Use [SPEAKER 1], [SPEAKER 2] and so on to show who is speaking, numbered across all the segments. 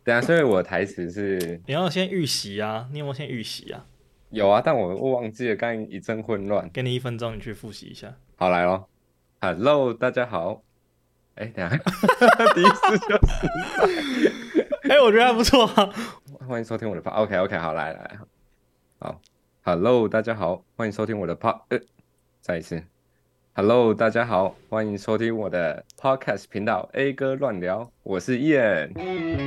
[SPEAKER 1] 等一下，所以我的台词是
[SPEAKER 2] 你要先预习啊，你有没有先预习啊？
[SPEAKER 1] 有啊，但我忘记了，刚刚一阵混乱。
[SPEAKER 2] 给你1分钟，你去复习一下。
[SPEAKER 1] 好，来咯 Hello，大家好。哎，等一下，第一次就失败。
[SPEAKER 2] 哎、我觉得还不错啊。
[SPEAKER 1] 欢迎收听我的 p OK OK，好，来来，好，Hello，大家好，欢迎收听我的 再一次，Hello，大家好，欢迎收听我的 Podcast 频道 A 哥乱聊，我是 Ian。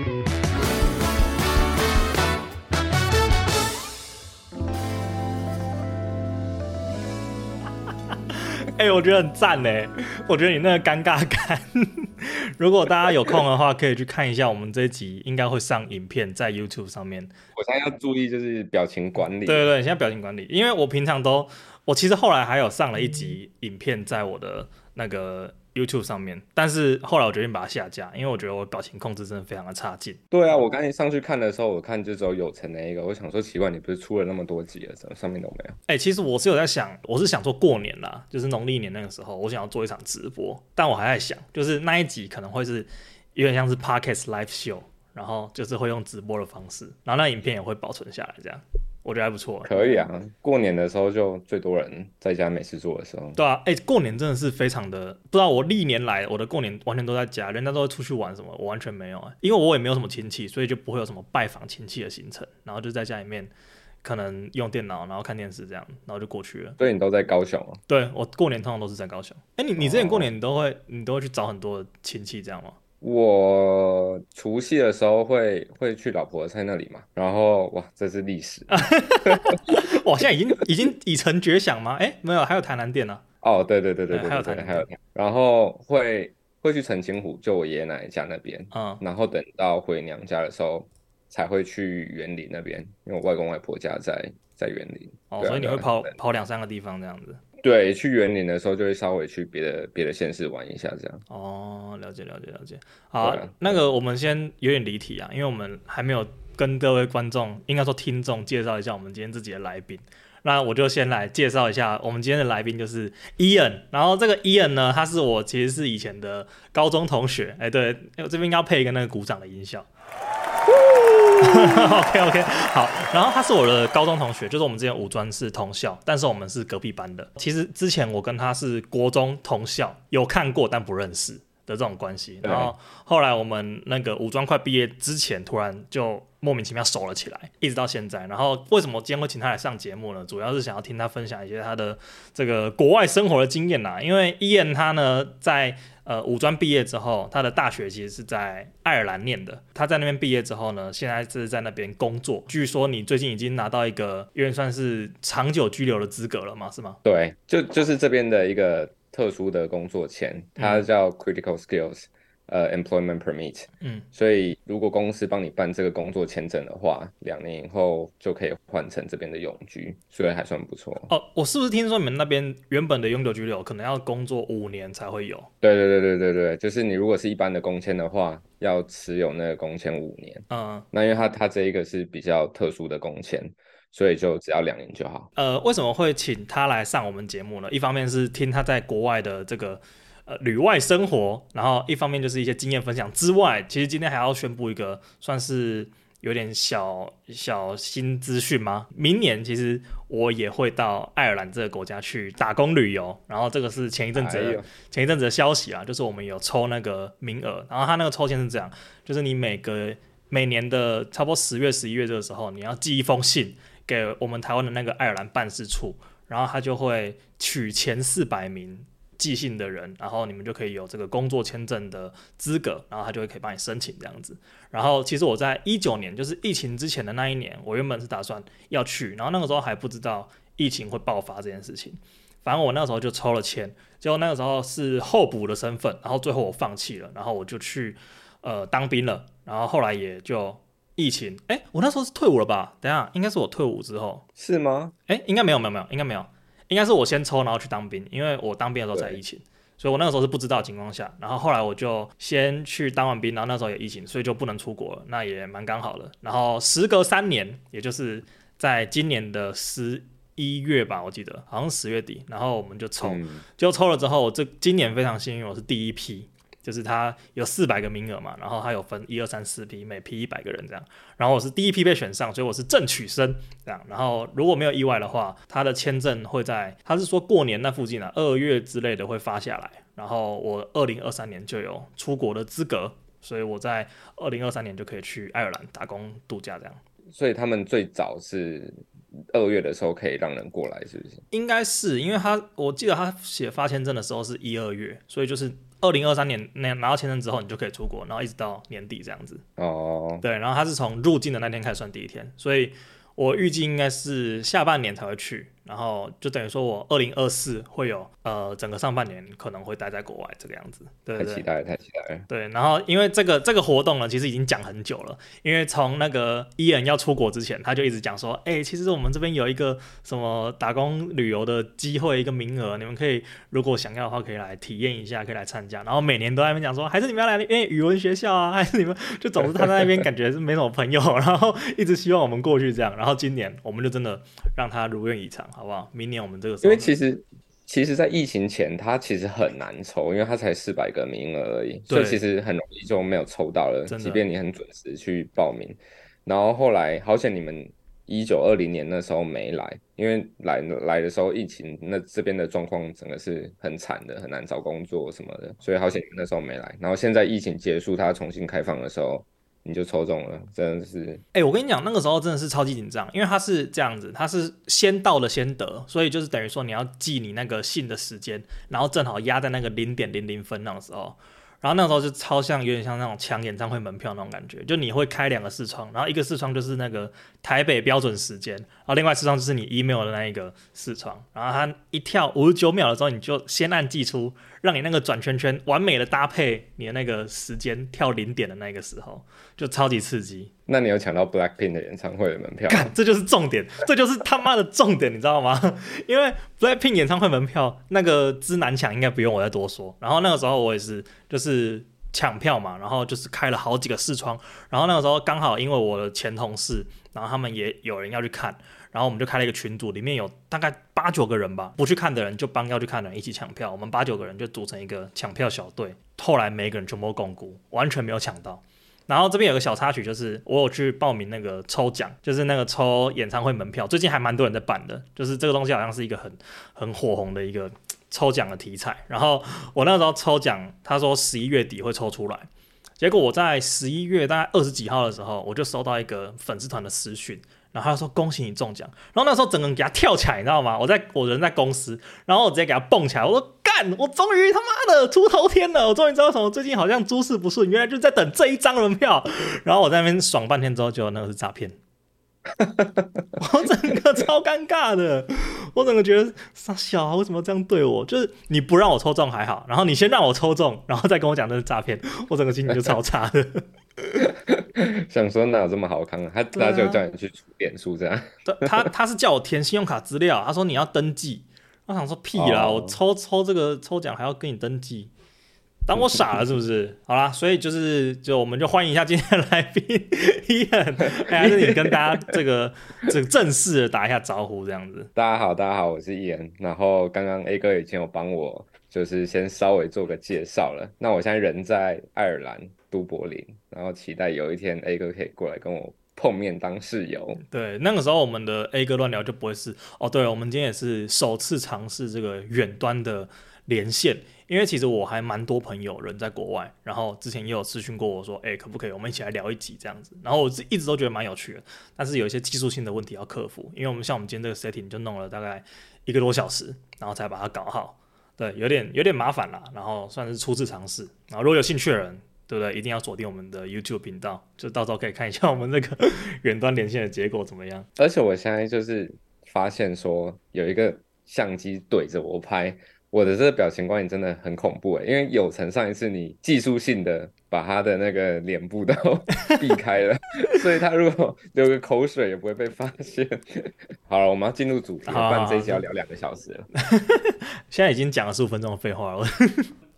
[SPEAKER 2] 哎、我觉得很赞呢。我觉得你那个尴尬感，如果大家有空的话，可以去看一下我们这一集，应该会上影片在 YouTube 上面。
[SPEAKER 1] 我现在要注意就是表情管理。
[SPEAKER 2] 对对对，你现在表情管理，因为我平常都，我其实后来还有上了一集影片在我的那个 YouTube 上面，但是后来我决定把它下架，因为我觉得我表情控制真的非常的差劲。
[SPEAKER 1] 对啊，我刚才上去看的时候，我看就只有有成那一个，我想说奇怪，你不是出了那么多集了，怎么上面都没有？
[SPEAKER 2] 哎、其实我是有在想，我是想说过年啦，就是农历年那个时候，我想要做一场直播，但我还在想，就是那一集可能会是有点像是 Podcast Live Show，然后就是会用直播的方式，然后那影片也会保存下来，这样我觉得还不错。
[SPEAKER 1] 可以啊，过年的时候就最多人在家没事做的时候。
[SPEAKER 2] 对啊，哎、过年真的是非常的，不知道我历年来我的过年完全都在家，人家都会出去玩什么，我完全没有啊，因为我也没有什么亲戚，所以就不会有什么拜访亲戚的行程，然后就在家里面可能用电脑，然后看电视这样，然后就过去了。
[SPEAKER 1] 所以你都在高雄哦？
[SPEAKER 2] 对，我过年通常都是在高雄。哎、你之前过年你都会去找很多的亲戚这样吗？
[SPEAKER 1] 我除夕的时候会去老婆在那里嘛，然后哇，这是历史。
[SPEAKER 2] 哇，现在已经已成绝响吗？哎、没有，还有台南店呢、
[SPEAKER 1] 哦，对对对对
[SPEAKER 2] 对，还有
[SPEAKER 1] 对对对，
[SPEAKER 2] 台南店。
[SPEAKER 1] 还有他，然后会去澄清湖，就我爷爷奶奶家那边，
[SPEAKER 2] 嗯，
[SPEAKER 1] 然后等到回娘家的时候才会去园林那边，因为我外公外婆家在园林。
[SPEAKER 2] 哦，
[SPEAKER 1] 对啊，对啊，
[SPEAKER 2] 所以你会跑2、3个地方这样子。
[SPEAKER 1] 对，去园林的时候就会稍微去别的县市玩一下，这样。
[SPEAKER 2] 哦，了解了解了解。好啊、
[SPEAKER 1] 对啊，
[SPEAKER 2] 那个我们先有点离题啊，因为我们还没有跟各位观众，应该说听众介绍一下我们今天自己的来宾。那我就先来介绍一下我们今天的来宾，就是 Ian。然后这个 Ian 呢，他是我其实是以前的高中同学。哎，对，我这边应该要配一个那个鼓掌的音效。OK OK，好。然后他是我的高中同学，就是我们之前五专是同校，但是我们是隔壁班的。其实之前我跟他是国中同校，有看过但不认识的这种关系。然后后来我们那个五专快毕业之前，突然就莫名其妙熟了起来，一直到现在。然后为什么今天会请他来上节目呢？主要是想要听他分享一些他的这个国外生活的经验啦。因为Ian他呢在五专毕业之后，他的大学其实是在爱尔兰念的。他在那边毕业之后呢，现在是在那边工作。据说你最近已经拿到一个有点算是长久居留的资格了嘛？是吗？
[SPEAKER 1] 对，就是这边的一个特殊的工作签，它
[SPEAKER 2] 嗯
[SPEAKER 1] 叫 Critical Skills Employment Permit。
[SPEAKER 2] 嗯。
[SPEAKER 1] 所以如果公司帮你办这个工作签证的话，2年以后就可以换成这边的永居，所以还算不错。
[SPEAKER 2] 哦，我是不是听说你们那边原本的永久居留可能要工作5年才会有？
[SPEAKER 1] 对对对对对对，就是你如果是一般的工签的话，要持有那个工签5年。
[SPEAKER 2] 嗯。
[SPEAKER 1] 那因为它这一个是比较特殊的工签，所以就只要2年就好。
[SPEAKER 2] 为什么会请他来上我们节目呢？一方面是听他在国外的这个旅外生活，然后一方面就是一些经验分享之外，其实今天还要宣布一个算是有点小新资讯吗？明年其实我也会到爱尔兰这个国家去打工旅游，然后这个是
[SPEAKER 1] 哎呦，
[SPEAKER 2] 前一阵子的消息啊，就是我们有抽那个名额，然后他那个抽签是这样，就是你每年的差不多10月、11月这个时候，你要寄一封信给我们台湾的那个爱尔兰办事处，然后他就会取前400名寄信的人，然后你们就可以有这个工作签证的资格，然后他就会可以帮你申请这样子。然后其实我在19年，就是疫情之前的那一年，我原本是打算要去，然后那个时候还不知道疫情会爆发这件事情。反正我那个时候就抽了签，结果那个时候是候补的身份，然后最后我放弃了，然后我就去当兵了，然后后来也就疫情，哎，我那时候是退伍了吧？等一下应该是我退伍之后，
[SPEAKER 1] 是吗？
[SPEAKER 2] 哎，应该没有，应该没有，应该是我先抽然后去当兵，因为我当兵的时候才疫情。所以我那个时候是不知道的情况下，然后后来我就先去当完兵，然后那时候也疫情，所以就不能出国了，那也蛮刚好的。然后时隔3年，也就是在今年的11月吧，我记得好像10月底，然后我们就抽，
[SPEAKER 1] 嗯，
[SPEAKER 2] 就抽了之后，今年非常幸运，我是第一批， 就是它有400个名额嘛，然后它有分1、2、3、4批，每批100个人这样。然后我是第一批被选上，所以我是正取生这样。然后如果没有意外的话，他的签证会在他是说过年那附近2月之类的会发下来。然后我2023年就有出国的资格，所以我在2023年就可以去爱尔兰打工度假这样。
[SPEAKER 1] 所以他们最早是2月的时候可以让人过来，是不是？
[SPEAKER 2] 应该是因为我记得他写发签证的时候是1、2月，所以就是2023年拿到签证之后，你就可以出国，然后一直到年底这样子。
[SPEAKER 1] 哦，
[SPEAKER 2] 对，然后他是从入境的那天开始算第一天，所以我预计应该是下半年才会去，然后就等于说我2024会有整个上半年可能会待在国外这个样子。对对对，
[SPEAKER 1] 太期待了，太期待了。
[SPEAKER 2] 对，然后因为这个活动呢，其实已经讲很久了，因为从那个伊恩要出国之前，他就一直讲说，其实我们这边有一个什么打工旅游的机会，一个名额，你们可以如果想要的话，可以来体验一下，可以来参加。然后每年都在那边讲说，还是你们要来那边语文学校啊，还是你们就总之他在那边感觉是没什么朋友，然后一直希望我们过去这样。然后今年我们就真的让他如愿以偿，好不好？明年我们这个时候，
[SPEAKER 1] 因为其实，在疫情前，他其实很难抽，因为他才400个名额而已，所以其实很容易就没有抽到了。即便你很准时去报名，然后后来好险你们1920年那时候没来，因为来的时候疫情那这边的状况整个是很惨的，很难找工作什么的，所以好险你们那时候没来。然后现在疫情结束，它重新开放的时候。你就抽中了，真的是。
[SPEAKER 2] 我跟你讲，那个时候真的是超级紧张，因为他是这样子，他是先到的先得，所以就是等于说你要记你那个信的时间，然后正好压在那个0.00分那个时候，然后那个时候就超像有点像那种抢演唱会门票那种感觉，就你会开2个视窗，然后一个视窗就是那个台北标准时间，然后另外视窗就是你 email 的那一个视窗，然后它一跳59秒的时候，你就先按寄出，让你那个转圈圈完美的搭配你的那个时间跳0点的那个时候，就超级刺激。
[SPEAKER 1] 那你有抢到 Blackpink 的演唱会的门票吗？
[SPEAKER 2] 干，这就是重点，这就是他妈的重点，你知道吗？因为 Blackpink 演唱会门票那个之难抢，应该不用我再多说。然后那个时候我也是，就是抢票嘛，然后就是开了好几个视窗，然后那个时候刚好因为我的前同事，然后他们也有人要去看，然后我们就开了一个群组，里面有大概8、9个人吧，不去看的人就帮要去看的人一起抢票，我们8、9个人就组成一个抢票小队，后来每个人全部都共估，完全没有抢到。然后这边有个小插曲，就是我有去报名那个抽奖，就是那个抽演唱会门票，最近还蛮多人在办的，就是这个东西好像是一个很火红的一个抽奖的题材。然后我那时候抽奖，他说11月底会抽出来，结果我在11月大概20几号的时候，我就收到一个粉丝团的私讯，然后他说恭喜你中奖，然后那时候整个人给他跳起来，你知道吗？我人在公司，然后我直接给他蹦起来，我说干，我终于他妈的出头天了，我终于知道为什么最近好像诸事不顺，原来就在等这一张门票。然后我在那边爽半天之后，结果那个是诈骗。我整个超尴尬的，我整个觉得傻小啊，为什么这样对我？就是你不让我抽中还好，然后你先让我抽中，然后再跟我讲这是诈骗，我整个心情就超差的。
[SPEAKER 1] 想说哪有这么好康啊？他就叫你去出点数这样。
[SPEAKER 2] 他是叫我填信用卡资料，他说你要登记。我想说屁啦，我抽这个抽奖还要跟你登记，当我傻了是不是？好啦，所以就我们就欢迎一下今天的来宾Ian，还是你跟大家这个正式的打一下招呼这样子。
[SPEAKER 1] 大家好，我是Ian。然后刚刚 A 哥已经有帮我就是先稍微做个介绍了。那我现在人在爱尔兰都柏林，然后期待有一天 A 哥可以过来跟我碰面当室友。
[SPEAKER 2] 对，那个时候我们的 A 哥乱聊就不会是对，我们今天也是首次尝试这个远端的连线，因为其实我还蛮多朋友人在国外，然后之前也有私讯过我说，可不可以我们一起来聊一集这样子，然后我一直都觉得蛮有趣的，但是有一些技术性的问题要克服，因为我们今天这个 setting 就弄了大概1个多小时，然后才把它搞好，对，有点麻烦啦，然后算是初次尝试，然后如果有兴趣的人，对不对？一定要锁定我们的 YouTube 频道，就到时候可以看一下我们这个远端连线的结果怎么样。
[SPEAKER 1] 而且我现在就是发现说，有一个相机对着我拍，我的这个表情管理真的很恐怖因为有成上一次你技术性的把他的那个脸部都避开了，所以他如果流个口水也不会被发现。好了，我们要进入主题，不然这一集要聊2个小时了。
[SPEAKER 2] 现在已经讲了15分钟的废话了。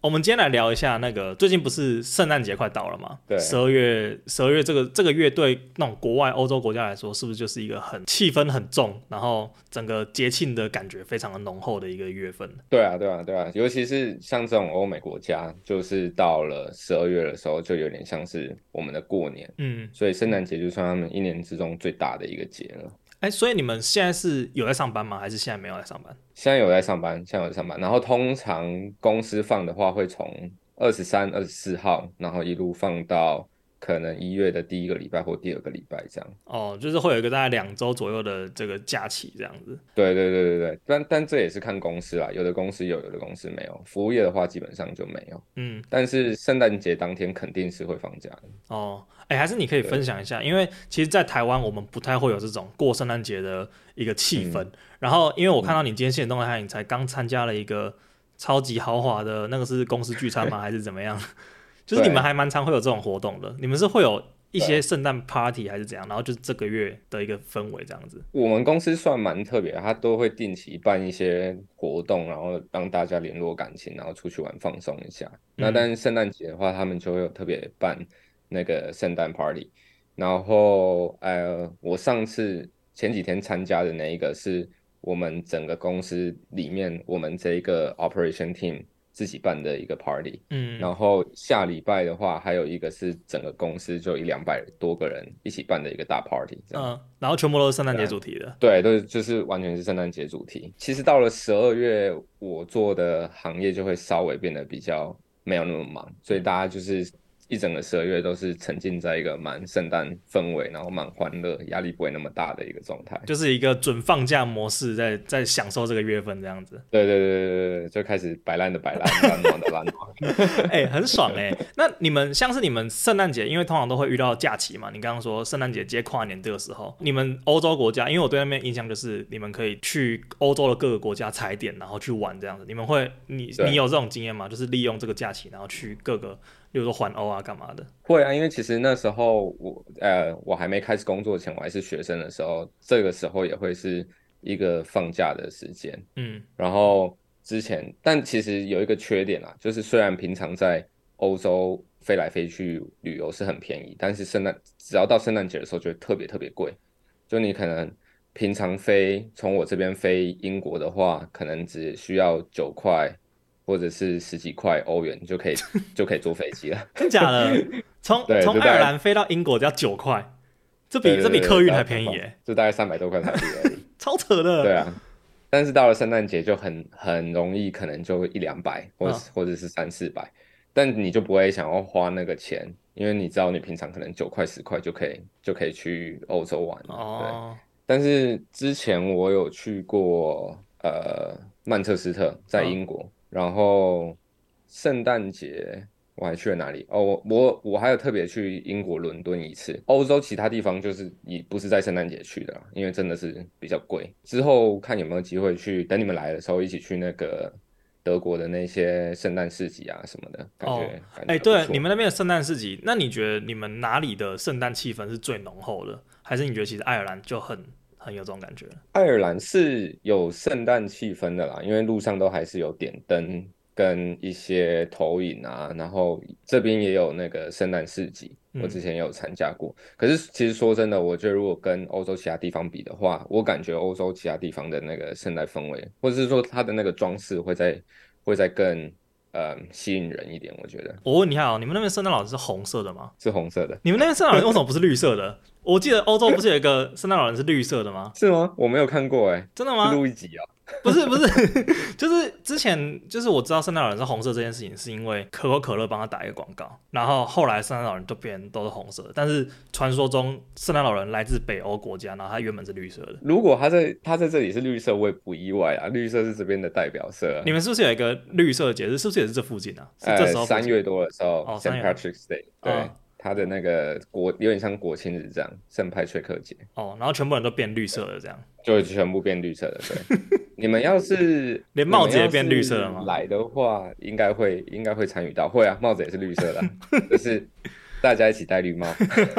[SPEAKER 2] 我们今天来聊一下那个，最近不是圣诞节快到了吗？
[SPEAKER 1] 对
[SPEAKER 2] 12月这个月对那种国外欧洲国家来说，是不是就是一个很气氛很重，然后整个节庆的感觉非常的浓厚的一个月份？
[SPEAKER 1] 对啊，对啊，对啊，尤其是像这种欧美国家，就是到了12月的时候，就有点像是我们的过年，所以圣诞节就算他们一年之中最大的一个节了。
[SPEAKER 2] 所以你们现在是有在上班吗？还是现在没有在上班？
[SPEAKER 1] 现在有在上班，现在有在上班，然后通常公司放的话会从23、24号，然后一路放到可能1月的第一个礼拜或第二个礼拜这样。
[SPEAKER 2] 哦，就是会有一个大概2周左右的这个假期这样子。
[SPEAKER 1] 对对对对对，但这也是看公司啦，有的公司有，有的公司没有。服务业的话，基本上就没有。但是圣诞节当天肯定是会放假的。
[SPEAKER 2] 哦，还是你可以分享一下，因为其实，在台湾我们不太会有这种过圣诞节的一个气氛。然后，因为我看到你今天现实动态，你才刚参加了一个超级豪华的那个是公司聚餐吗？还是怎么样？就是你们还蛮常会有这种活动的。你们是会有一些圣诞 party 还是怎样？然后就是这个月的一个氛围这样子。
[SPEAKER 1] 我们公司算蛮特别的，它都会定期办一些活动，然后让大家联络感情，然后出去玩放松一下。那但是圣诞节的话，他们就会有特别办那个圣诞 party。然后我上次前几天参加的那一个是我们整个公司里面我们这一个 operation team 自己办的一个 party。然后下礼拜的话，还有一个是整个公司就100-200多个人一起办的一个大 party。
[SPEAKER 2] 然后全部都是圣诞节主题的。
[SPEAKER 1] 对，都就是完全是圣诞节主题。其实到了12月，我做的行业就会稍微变得比较没有那么忙，所以大家就是一整个12月都是沉浸在一个蛮圣诞氛围，然后蛮欢乐，压力不会那么大的一个状态，
[SPEAKER 2] 就是一个准放假模式在享受这个月份这样子。
[SPEAKER 1] 对对对对对，就开始摆烂的摆烂，烂暖的烂暖，
[SPEAKER 2] 很爽那你们像是你们圣诞节，因为通常都会遇到假期嘛，你刚刚说圣诞节接跨年这个时候，你们欧洲国家，因为我对那边印象就是你们可以去欧洲的各个国家踩点，然后去玩这样子。你们会你有这种经验吗？就是利用这个假期，然后去各个。例如说环欧啊，干嘛的？
[SPEAKER 1] 会啊，因为其实那时候我还没开始工作前，我还是学生的时候，这个时候也会是一个放假的时间。然后但其实有一个缺点啦，就是虽然平常在欧洲飞来飞去旅游是很便宜，但是只要到圣诞节的时候就会特别特别贵。就你可能平常从我这边飞英国的话，可能只需要9块。或者是10几块欧元就可以坐飞机了，
[SPEAKER 2] 真假的？从爱尔兰飞到英国只要9块，这比客运还便宜
[SPEAKER 1] 就大概300多块台币而已，
[SPEAKER 2] 超扯的。
[SPEAKER 1] 对啊，但是到了圣诞节就很容易，可能就100-200，或者是300-400，但你就不会想要花那个钱，因为你知道你平常可能9块10块就可以去欧洲玩。对，但是之前我有去过曼彻斯特，在英国。然后圣诞节我还去了哪里？我还有特别去英国伦敦一次。欧洲其他地方就是也不是在圣诞节去的啦，因为真的是比较贵。之后看有没有机会去，等你们来的时候一起去那个德国的那些圣诞市集啊什么的，感觉
[SPEAKER 2] 对，你们那边的圣诞市集，那你觉得你们哪里的圣诞气氛是最浓厚的？还是你觉得其实爱尔兰就很有这种感觉？
[SPEAKER 1] 爱尔兰是有圣诞气氛的啦，因为路上都还是有点灯跟一些投影啊，然后这边也有那个圣诞市集，我之前也有参加过。可是其实说真的，我觉得如果跟欧洲其他地方比的话，我感觉欧洲其他地方的那个圣诞氛围，或者是说它的那个装饰会再更吸引人一点，我觉得。
[SPEAKER 2] 我问你看你们那边圣诞老人是红色的吗？
[SPEAKER 1] 是红色的。
[SPEAKER 2] 你们那边圣诞老人为什么不是绿色的？我记得欧洲不是有一个圣诞老人是绿色的吗？
[SPEAKER 1] 是吗？我没有看过
[SPEAKER 2] 真的吗？
[SPEAKER 1] 录一集啊？
[SPEAKER 2] 不是，就是之前就是我知道圣诞老人是红色这件事情，是因为可口可乐帮他打一个广告，然后后来圣诞老人就变都是红色的。但是传说中圣诞老人来自北欧国家，然后他原本是绿色的。
[SPEAKER 1] 如果他在这里是绿色，我也不意外啊。绿色是这边的代表色。
[SPEAKER 2] 你们是不是有一个绿色的节日？是不是也是这附近啊？是这时候
[SPEAKER 1] 3月多的时候，Saint Patrick's Day， 对。他的那个有点像国庆日这样，圣派翠克节。
[SPEAKER 2] 然后全部人都变绿色的这样，
[SPEAKER 1] 就全部变绿色的。对，你们要是
[SPEAKER 2] 连帽子也变绿色了吗？
[SPEAKER 1] 来的话，应该会参与到，会啊，帽子也是绿色的，就是大家一起戴绿帽。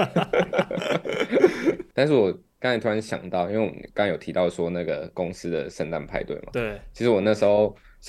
[SPEAKER 1] 但是我刚才突然想到，因为我们刚刚有提到说那个公司的圣诞派对嘛，
[SPEAKER 2] 对，
[SPEAKER 1] 其实我那时候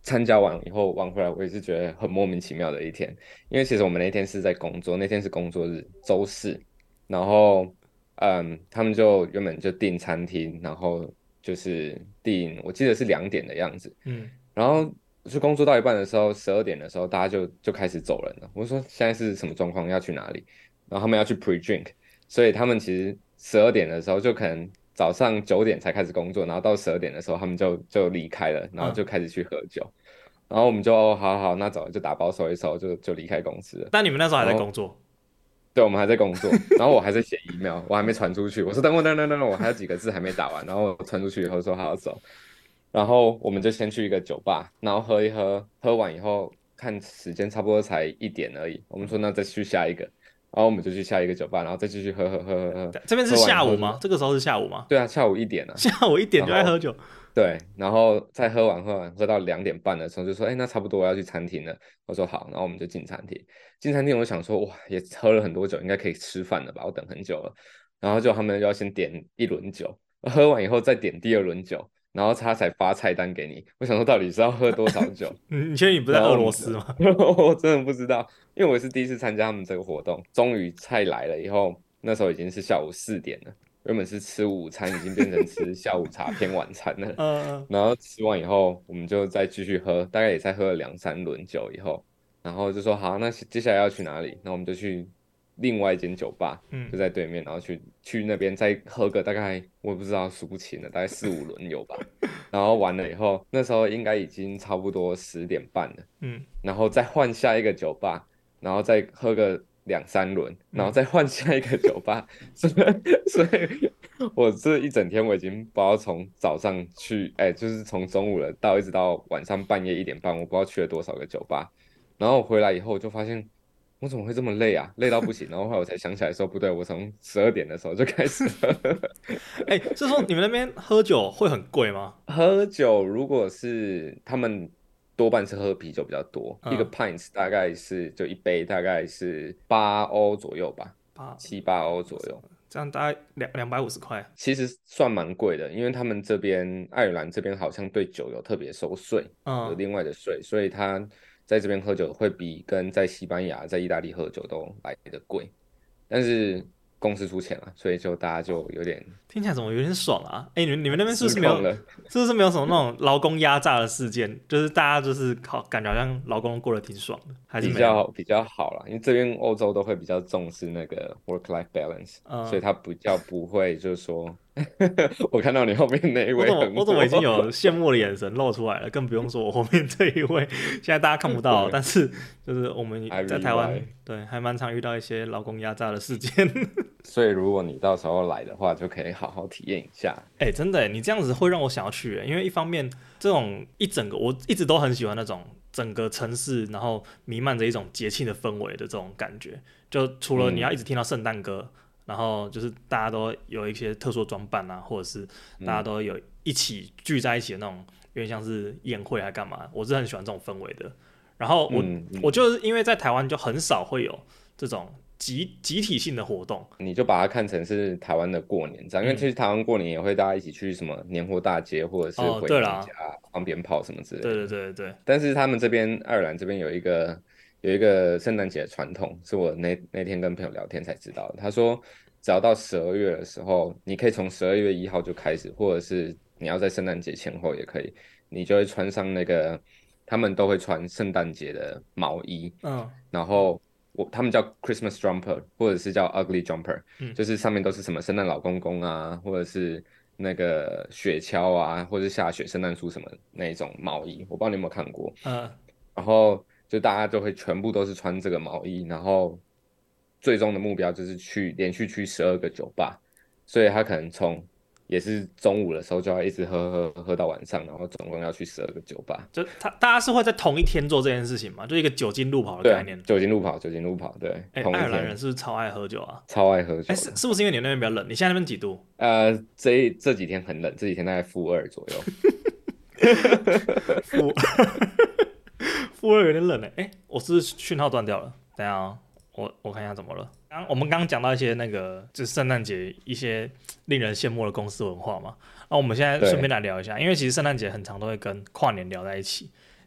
[SPEAKER 1] 参加完以后玩回来，我也是觉得很莫名其妙的一天，因为其实我们那天是在工作，那天是工作日，周四，然后他们就原本就订餐厅，然后就是订，我记得是2点的样子，
[SPEAKER 2] 嗯，
[SPEAKER 1] 然后去工作到一半的时候，12点的时候，大家就开始走人了。我说现在是什么状况？要去哪里？然后他们要去 pre-drink，所以他们其实12点的时候就可能早上9点才开始工作，然后到12点的时候他们就离开了，然后就开始去喝酒。然后我们就哦，好好，那走了，就打包收一收，就离开公司了。
[SPEAKER 2] 但你们那时候还
[SPEAKER 1] 然后
[SPEAKER 2] 在工作。
[SPEAKER 1] 对，我们还在工作，然后我还在写 email，我还没传出去。我说等，我还有几个字还没打完，然后我传出去以后说好走，然后我们就先去一个酒吧，然后喝一喝，喝完以后看时间差不多才1点而已，我们说那再去下一个，然后我们就去下一个酒吧，然后再继续喝，
[SPEAKER 2] 这边是
[SPEAKER 1] 喝完以后就
[SPEAKER 2] 下午吗？这个时候是下午吗？
[SPEAKER 1] 对啊，下午1点啊，
[SPEAKER 2] 下午1点
[SPEAKER 1] 然后
[SPEAKER 2] 就在喝酒。
[SPEAKER 1] 对，然后再喝到2点半的时候就说，哎，那差不多我要去餐厅了。我说好，然后我们就进餐厅。进餐厅我就想说，哇，也喝了很多酒，应该可以吃饭了吧？我等很久了。然后就他们要先点一轮酒，喝完以后再点第二轮酒，然后他才发菜单给你。我想说到底是要喝多少酒？
[SPEAKER 2] 你确定你不在俄
[SPEAKER 1] 然后我们
[SPEAKER 2] 罗斯吗？
[SPEAKER 1] 我真的不知道，因为我是第一次参加他们这个活动。终于菜来了以后，那时候已经是下午4点了。原本是吃午餐，已经变成吃下午茶偏晚餐了。然后吃完以后，我们就再继续喝，大概也才喝了2、3轮酒以后，然后就说好，那接下来要去哪里？那我们就去另外一间酒吧，就在对面，然后去那边再喝个大概我也不知道数不清了，大概4、5轮有吧。然后完了以后，那时候应该已经差不多10点半了，
[SPEAKER 2] 嗯
[SPEAKER 1] 然后再换下一个酒吧，然后再喝个2、3轮，然后再换下一个酒吧，所以我这一整天我已经不知道从早上去，哎，就是从中午了到一直到晚上半夜1点半，我不知道去了多少个酒吧，然后我回来以后就发现我怎么会这么累啊，累到不行，然后后来我才想起来说不对，我从12点的时候就开始喝。
[SPEAKER 2] 哎、是说你们那边喝酒会很贵吗？
[SPEAKER 1] 喝酒如果是他们多半是喝啤酒比较多，一个
[SPEAKER 2] 嗯，
[SPEAKER 1] pints 大概是就一杯大概是8欧左右吧，
[SPEAKER 2] 八
[SPEAKER 1] 7、8欧左右，
[SPEAKER 2] 这样大概250块。
[SPEAKER 1] 其实算蛮贵的，因为他们这边爱尔兰这边好像对酒有特别收税，有
[SPEAKER 2] 嗯，
[SPEAKER 1] 另外的税，所以他在这边喝酒会比跟在西班牙、在意大利喝酒都来的贵，但是公司出钱了，所以就大家就有点
[SPEAKER 2] 听起来怎么有点爽啊？哎、你们那边是不是没有，
[SPEAKER 1] 失控了。
[SPEAKER 2] 是不是没有什么那种劳工压榨的事件？就是大家就是好，感觉好像劳工过得挺爽的，还是没有？
[SPEAKER 1] 比较好啦，因为这边欧洲都会比较重视那个 work-life balance，所以
[SPEAKER 2] 嗯，
[SPEAKER 1] 他比较不会就是说，我看到你后面那一位很
[SPEAKER 2] 我怎么已经
[SPEAKER 1] 火，
[SPEAKER 2] 有羡慕的眼神露出来了？更不用说我后面这一位，现在大家看不到，
[SPEAKER 1] 对
[SPEAKER 2] 但是就是我们
[SPEAKER 1] ，I
[SPEAKER 2] 在
[SPEAKER 1] really
[SPEAKER 2] 台湾，
[SPEAKER 1] why。
[SPEAKER 2] 对，还蛮常遇到一些劳工压榨的事件。
[SPEAKER 1] 所以如果你到时候来的话，就可以好好体验一下。
[SPEAKER 2] 哎、真的耶，你这样子会让我想要去耶，因为一方面这种一整个我一直都很喜欢那种整个城市，然后弥漫着一种节庆的氛围的这种感觉。就除了你要一直
[SPEAKER 1] 嗯
[SPEAKER 2] 听到圣诞歌，然后就是大家都有一些特殊的装扮啊，或者是大家
[SPEAKER 1] 嗯
[SPEAKER 2] 都有一起聚在一起的那种，有点像是宴会还干嘛，我是很喜欢这种氛围的。然后我
[SPEAKER 1] 嗯，
[SPEAKER 2] 就是因为在台湾就很少会有这种集体性的活动。
[SPEAKER 1] 你就把它看成是台湾的过年这样，因为其
[SPEAKER 2] 嗯，
[SPEAKER 1] 实台湾过年也会大家一起去什么年货大街，或者是
[SPEAKER 2] 哦，
[SPEAKER 1] 回娘家
[SPEAKER 2] 对啦，
[SPEAKER 1] 放鞭炮什么之类的。
[SPEAKER 2] 对，
[SPEAKER 1] 但是他们这边爱尔兰这边有一个圣诞节的传统，是我那天跟朋友聊天才知道的。他说，只要到12月的时候，你可以从12月1号就开始，或者是你要在圣诞节前后也可以，你就会穿上那个，他们都会穿圣诞节的毛衣，
[SPEAKER 2] 嗯
[SPEAKER 1] 然后他们叫 Christmas jumper，或者是叫 ugly jumper，
[SPEAKER 2] 嗯。
[SPEAKER 1] 就是上面都是什么圣诞老公公啊，或者是那个雪橇啊，或者是下雪圣诞树什么那一种毛衣，我不知道你有没有看过。然后就大家就会全部都是穿这个毛衣，然后最终的目标就是连续去12个酒吧，所以他可能从也是中午的时候就要一直喝到晚上，然后总共要去12个酒吧。
[SPEAKER 2] 就大家是会在同一天做这件事情嘛？就一个酒精路跑的
[SPEAKER 1] 对啊，
[SPEAKER 2] 概念。
[SPEAKER 1] 酒精路跑，对，
[SPEAKER 2] 哎、
[SPEAKER 1] 同一
[SPEAKER 2] 爱尔兰人
[SPEAKER 1] 天
[SPEAKER 2] 是不是超爱喝酒啊？
[SPEAKER 1] 超爱喝
[SPEAKER 2] 哎、
[SPEAKER 1] 酒的。
[SPEAKER 2] 是不是因为你那边比较冷？你现在那边几度？
[SPEAKER 1] 这几天很冷，这几天大概-2左右。
[SPEAKER 2] 负负二有点冷哎、哎、我是不是讯号断掉了？等一下啊、我看一下怎么了。我们刚刚讲到一些那个就是圣诞节一些令人羡慕的公司文化嘛，那我们现在顺便来聊一下，因为其实圣诞节很常都会跟跨年聊在一起。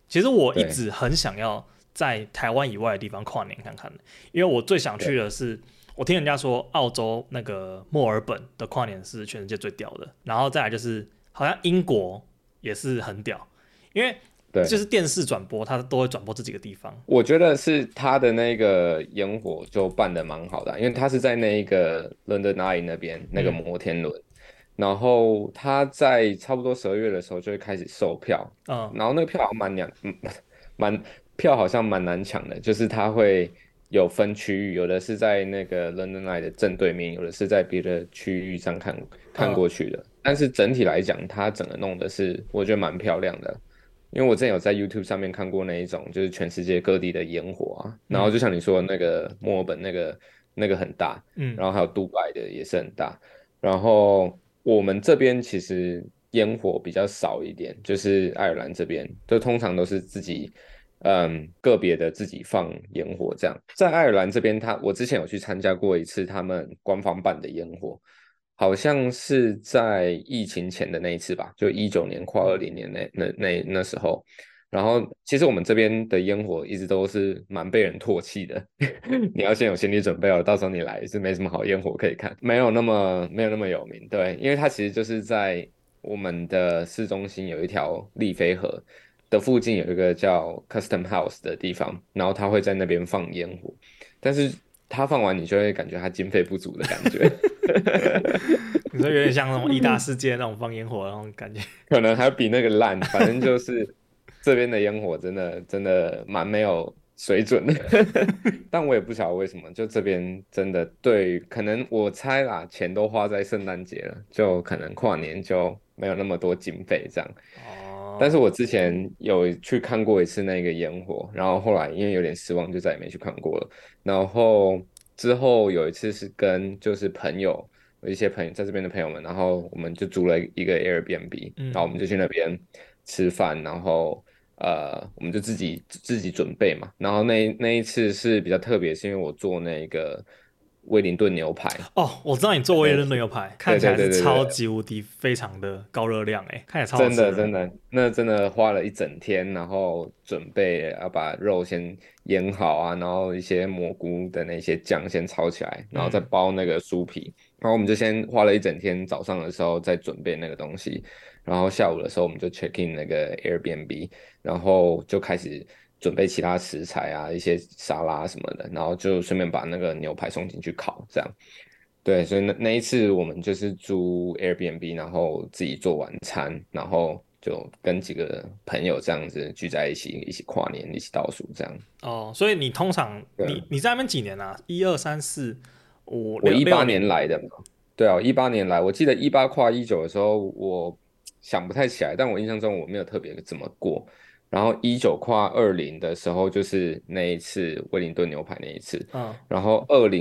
[SPEAKER 2] 其实我一
[SPEAKER 1] 对
[SPEAKER 2] 直很想要在台湾以外的地方跨年看看，因为我最想去的是，我听人家说澳洲那个墨尔本的跨年是全世界最屌的，然后再来就是好像英国也是很屌，因为
[SPEAKER 1] 对，
[SPEAKER 2] 就是电视转播它都会转播这几个地方。
[SPEAKER 1] 我觉得是他的那个烟火就办的蛮好的啊，因为他是在那一个 London Eye 那边那个摩天轮，然后他在差不多12月的时候就会开始售票，
[SPEAKER 2] 嗯
[SPEAKER 1] 然后那个票好像蛮票好像蛮难抢的，就是它会有分区域，有的是在那个 London Eye 的正对面，有的是在别的区域上看
[SPEAKER 2] 嗯
[SPEAKER 1] 过去的，但是整体来讲，它整个弄的是我觉得蛮漂亮的。因为我之前有在 YouTube 上面看过那一种，就是全世界各地的烟火啊，然后
[SPEAKER 2] 嗯
[SPEAKER 1] 就像你说的那个墨尔本那个很大，
[SPEAKER 2] 嗯，
[SPEAKER 1] 然后还有杜拜的也是很大，然后我们这边其实烟火比较少一点，就是爱尔兰这边，就通常都是自己个别的自己放烟火这样。在爱尔兰这边，我之前有去参加过一次他们官方办的烟火，好像是在疫情前的那一次吧，就19年跨20年那时候。然后其实我们这边的烟火一直都是蛮被人唾弃的，你要先有心理准备哦，到时候你来是没什么好烟火可以看，没有那么有名，对，因为它其实就是在我们的市中心有一条丽菲河的附近有一个叫 Custom House 的地方，然后它会在那边放烟火，但是它放完你就会感觉它经费不足的感觉。
[SPEAKER 2] 你说有点像那种意大世界那种放烟火的那种感觉。
[SPEAKER 1] 可能还比那个烂，反正就是这边的烟火真的蛮没有水准的，但我也不晓得为什么，就这边真的对，可能我猜啦，钱都花在圣诞节了，就可能跨年就没有那么多经费这样。但是
[SPEAKER 2] 哦，
[SPEAKER 1] 我之前有去看过一次那个烟火，然后后来因为有点失望，就再也没去看过了。然后之后有一次是跟就是朋友，有一些朋友在这边的朋友们，然后我们就租了一个 Airbnb，然后我们就去那边吃饭，然后我们就自己准备嘛。然后那一次是比较特别，是因为我做那个威灵顿牛排
[SPEAKER 2] 哦，我知道你做威伦
[SPEAKER 1] 那一次。
[SPEAKER 2] 的牛排，看
[SPEAKER 1] 对
[SPEAKER 2] 起来是超
[SPEAKER 1] 对对对对，
[SPEAKER 2] 级无敌非常的高热量哎，看起来超好
[SPEAKER 1] 真
[SPEAKER 2] 吃的。
[SPEAKER 1] 的真的，那真的花了一整天，然后准备要把肉先腌好啊，然后一些蘑菇的那些酱先炒起来，然后再
[SPEAKER 2] 嗯，
[SPEAKER 1] 包那个酥皮，然后我们就先花了一整天，早上的时候在准备那个东西，然后下午的时候我们就 check in 那个 Airbnb，然后就开始准备其他食材啊，一些沙拉什么的，然后就顺便把那个牛排送进去烤，这样。对，所以那一次我们就是租 Airbnb，然后自己做晚餐，然后就跟几个朋友这样子聚在一起，一起跨年，一起倒数这样。
[SPEAKER 2] 哦，所以你通常
[SPEAKER 1] 对啊，
[SPEAKER 2] 你在那边几年啊？1、2、3、4、5、
[SPEAKER 1] 我18年
[SPEAKER 2] 6、6年。
[SPEAKER 1] 来的嘛，对啊，18年来，我记得18跨19的时候，我想不太起来，但我印象中我没有特别怎么过。然后19跨20的时候，就是那一次威灵顿牛排那一次。
[SPEAKER 2] 嗯，
[SPEAKER 1] 然后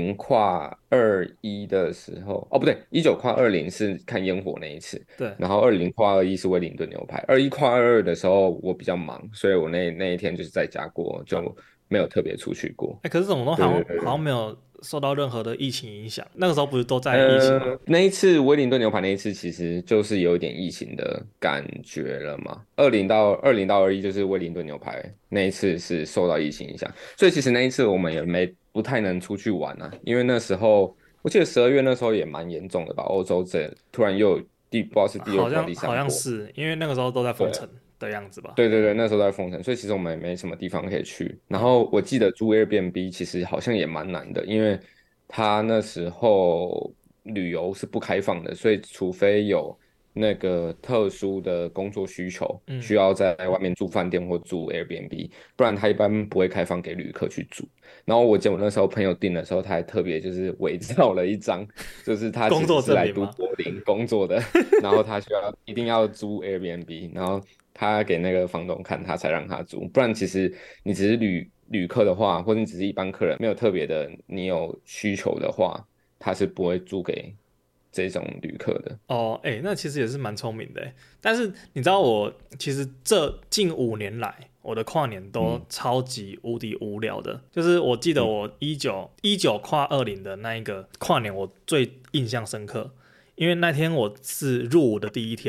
[SPEAKER 1] 20跨21的时候，哦不对，19跨20是看烟火那一次。
[SPEAKER 2] 对。
[SPEAKER 1] 然后20跨21是威灵顿牛排。21跨22的时候我比较忙，所以我那一天就是在家过，就没有特别出去过。
[SPEAKER 2] 哎，可是这种东西
[SPEAKER 1] 对
[SPEAKER 2] 好像
[SPEAKER 1] 对对对。
[SPEAKER 2] 没有受到任何的疫情影响。那个时候不是都在疫情吗？
[SPEAKER 1] 那一次威灵顿牛排那一次，其实就是有一点疫情的感觉了嘛。20到21就是威灵顿牛排那一次是受到疫情影响，所以其实那一次我们也不太能出去玩啊，因为那时候我记得12月那时候也蛮严重的吧，欧洲这突然又有不知道是第二波还是第
[SPEAKER 2] 好
[SPEAKER 1] 三波。
[SPEAKER 2] 像是因为那个时候都在封
[SPEAKER 1] 对
[SPEAKER 2] 城的样子吧？
[SPEAKER 1] 对对对，那时候在封城，所以其实我们也没什么地方可以去。然
[SPEAKER 2] 嗯，
[SPEAKER 1] 后我记得租 Airbnb 其实好像也蛮难的，因为他那时候旅游是不开放的，所以除非有那个特殊的工作需求，
[SPEAKER 2] 嗯，
[SPEAKER 1] 需要在外面住饭店或住 Airbnb，不然他一般不会开放给旅客去住。然后我记得我那时候朋友订的时候，他还特别就是伪造了一张，就是他其
[SPEAKER 2] 工作
[SPEAKER 1] 实是来都
[SPEAKER 2] 证明吗？
[SPEAKER 1] 柏林工作的，然后他一定要租 Airbnb，然后他给那个房东看，他才让他租，不然其实你只是旅客的话，或者你只是一般客人，没有特别的，你有需求的话，他是不会租给这种旅客的。
[SPEAKER 2] 哦，哎，那其实也是蛮聪明的诶。但是你知道我其实这近5年来，我的跨年都
[SPEAKER 1] 嗯
[SPEAKER 2] 超级无敌无聊的。就是我记得
[SPEAKER 1] 嗯
[SPEAKER 2] 我19跨20的那一个跨年，我最印象深刻，因为那天我是入伍的第一天，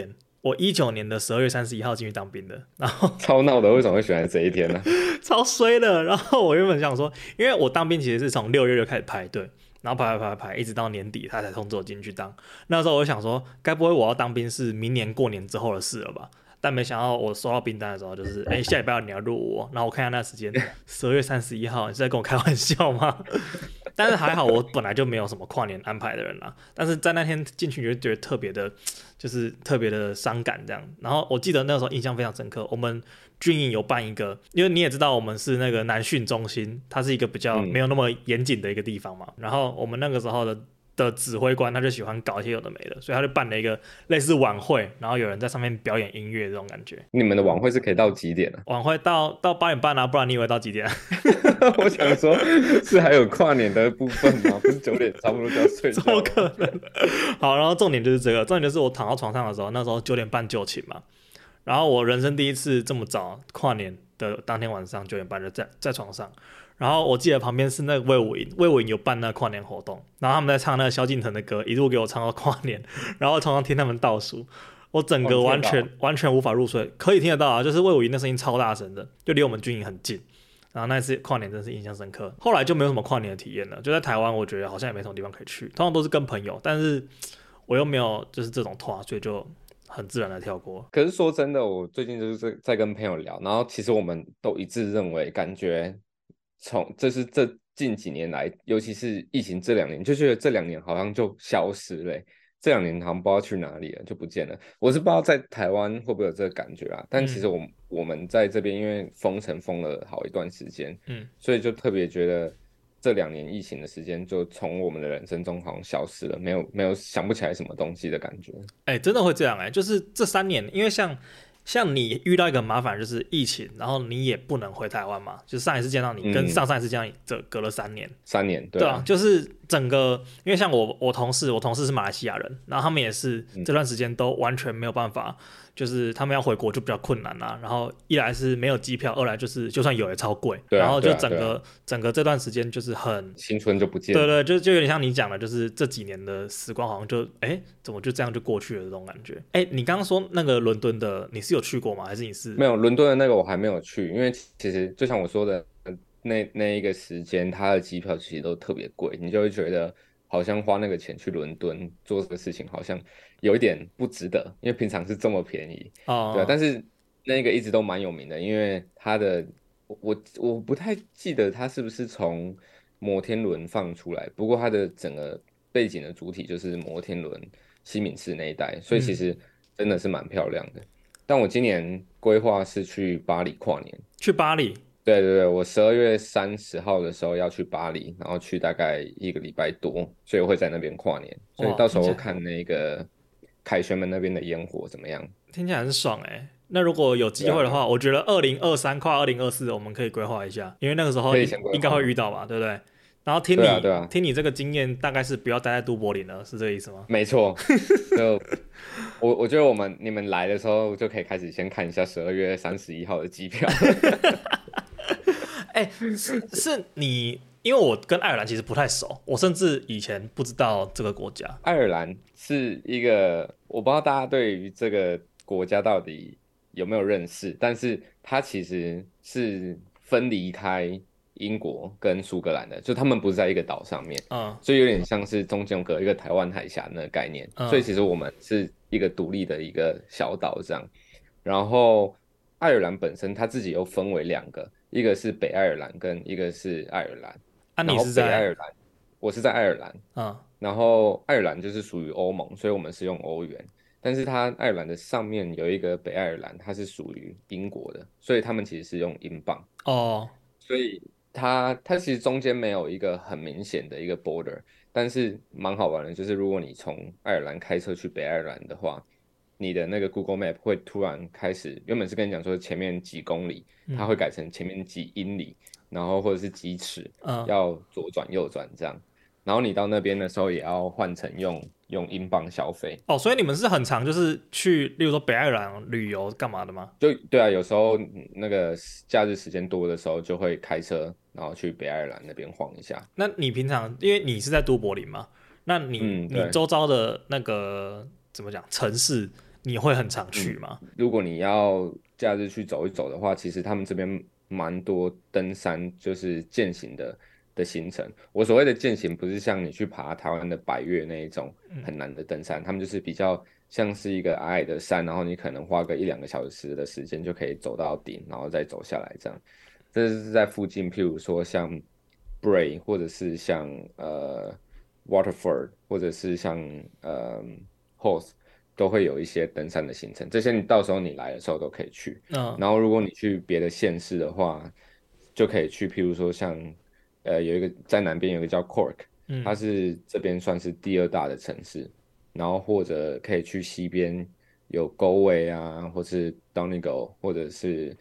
[SPEAKER 2] 我19年的12月31号进去当兵的，然后
[SPEAKER 1] 超闹的，为什么会选在这一天呢？
[SPEAKER 2] 超衰的。然后我原本想说，因为我当兵其实是从6月就开始排队，然后排，一直到年底他才通知我进去当。那时候我就想说，该不会我要当兵是明年过年之后的事了吧？但没想到我收到兵单的时候，就是下礼拜你要入伍哦，然后我看一下那时间，12月31号，你是在跟我开玩笑吗？但是还好，我本来就没有什么跨年安排的人啦。但是在那天进去，就觉得特别的，就是特别的伤感这样。然后我记得那个时候印象非常深刻，我们军营有办一个，因为你也知道我们是那个南训中心，它是一个比较没有那么严谨的一个地方嘛。然后我们那个时候的指挥官他就喜欢搞一些有的没的，所以他就办了一个类似晚会，然后有人在上面表演音乐这种感觉。
[SPEAKER 1] 你们的晚会是可以到几点啊？
[SPEAKER 2] 晚会到8点半啊，不然你以为到几点啊？
[SPEAKER 1] 我想说，是还有跨年的部分吗？不是9点差不多就要睡觉？
[SPEAKER 2] 怎么可能？好，然后重点就是这个，重点就是我躺到床上的时候，那时候9点半就寝嘛。然后我人生第一次这么早跨年的当天晚上9点半就在床上。然后我记得旁边是那个魏武营，魏武营有办那个跨年活动，然后他们在唱那个萧敬腾的歌，一路给我唱到跨年，然后床上听他们倒数，我整个完全无法入睡，可以听得到啊，就是魏武营那声音超大声的，就离我们军营很近。然后那次跨年真是印象深刻，后来就没有什么跨年的体验了，就在台湾，我觉得好像也没什么地方可以去，通常都是跟朋友，但是我又没有就是这种团，所以就很自然的跳过。
[SPEAKER 1] 可是说真的，我最近就是在跟朋友聊，然后其实我们都一致认为，感觉这近几年来，尤其是疫情这2年，就觉得这2年好像就消失了欸。这2年好像不知道去哪里了，就不见了。我是不知道在台湾会不会有这个感觉啊？但其实我们在这边，因为封城封了好一段时间，所以就特别觉得这2年疫情的时间，就从我们的人生中好像消失了，没有想不起来什么东西的感觉。
[SPEAKER 2] 真的会这样就是这3年，因为像你遇到一个麻烦就是疫情，然后你也不能回台湾嘛，就上一次见到你跟上上一次见到你这隔了3年。
[SPEAKER 1] 3年，
[SPEAKER 2] 对啊，就是整个，因为像我同事是马来西亚人，然后他们也是这段时间都完全没有办法，就是他们要回国就比较困难啦。然后一来是没有机票，二来就是就算有也超贵，然后就整个这段时间就是很
[SPEAKER 1] 青春就不见了。
[SPEAKER 2] 对对，就有点像你讲的，就是这几年的时光好像就怎么就这样就过去了这种感觉。你刚刚说那个伦敦的，你是有去过吗？还是你是
[SPEAKER 1] 没有？伦敦的那个我还没有去，因为其实就像我说的，那一个时间，它的机票其实都特别贵，你就会觉得好像花那个钱去伦敦做这个事情，好像有一点不值得，因为平常是这么便宜，对啊。但是那个一直都蛮有名的，因为它的我不太记得它是不是从摩天轮放出来，不过它的整个背景的主体就是摩天轮西敏寺那一带，所以其实真的是蛮漂亮的。但我今年规划是去巴黎跨年。
[SPEAKER 2] 去巴黎？
[SPEAKER 1] 对对对，我12月30号的时候要去巴黎，然后去大概1个礼拜多，所以我会在那边跨年。所以到时候看那个凯旋门那边的烟火怎么样？
[SPEAKER 2] 听起来很爽那如果有机会的话，我觉得2023跨2024我们可以规划一下，因为那个时候应该会遇到吧，对不对？然后听你这个经验，大概是不要待在都柏林了，是这个意思吗？
[SPEAKER 1] 没错，就我觉得你们来的时候就可以开始先看一下12月31号的机票。
[SPEAKER 2] 是你，因为我跟爱尔兰其实不太熟，我甚至以前不知道这个国家。
[SPEAKER 1] 爱尔兰是一个，我不知道大家对于这个国家到底有没有认识，但是它其实是分离开英国跟苏格兰的，就他们不是在一个岛上面，所以有点像是中间隔一个台湾海峡那个概念，所以其实我们是一个独立的一个小岛这样。然后爱尔兰本身它自己又分为2个，一个是北爱尔兰跟一个是爱尔兰。
[SPEAKER 2] 你是在
[SPEAKER 1] 北爱尔兰，我是在爱尔兰，然后爱尔兰就是属于欧盟，所以我们是用欧元。但是它爱尔兰的上面有一个北爱尔兰，它是属于英国的，所以他们其实是用英镑。所以它其实中间没有一个很明显的一个 border， 但是蛮好玩的，就是如果你从爱尔兰开车去北爱尔兰的话，你的那个 Google Map 会突然开始，原本是跟你讲说前面几公里，它会改成前面几英里，然后或者是几尺，要左转右转这样。然后你到那边的时候也要换成用英镑消费。
[SPEAKER 2] 所以你们是很常就是去，例如说北爱尔兰旅游干嘛的吗？
[SPEAKER 1] 对啊，有时候那个假日时间多的时候，就会开车，然后去北爱尔兰那边晃一下。
[SPEAKER 2] 那你平常因为你是在都柏林嘛，那你周遭的那个怎么讲城市， 你会很常去吗？
[SPEAKER 1] 如果你要假日去走一走的话，其实他们这边蛮多登山，就是健行的行程。我所谓的健行，不是像你去爬台湾的百岳那一种很难的登山，他们就是比较像是一个矮矮的山，然后你可能花个1-2个小时的时间就可以走到顶，然后再走下来这样。这是在附近，譬如说像 Bray，或者是像Waterford，或者是像Horse，都会有一些登山的行程，这些你到时候你来的时候都可以去。
[SPEAKER 2] 嗯
[SPEAKER 1] 然后如果你去别的县市的话，就可以去，譬如说像有一个在南边有一个叫 Cork，它
[SPEAKER 2] 嗯
[SPEAKER 1] 是这边算是第2大的城市。然后或者可以去西边有 Galway 啊，或是 Donegal，或者是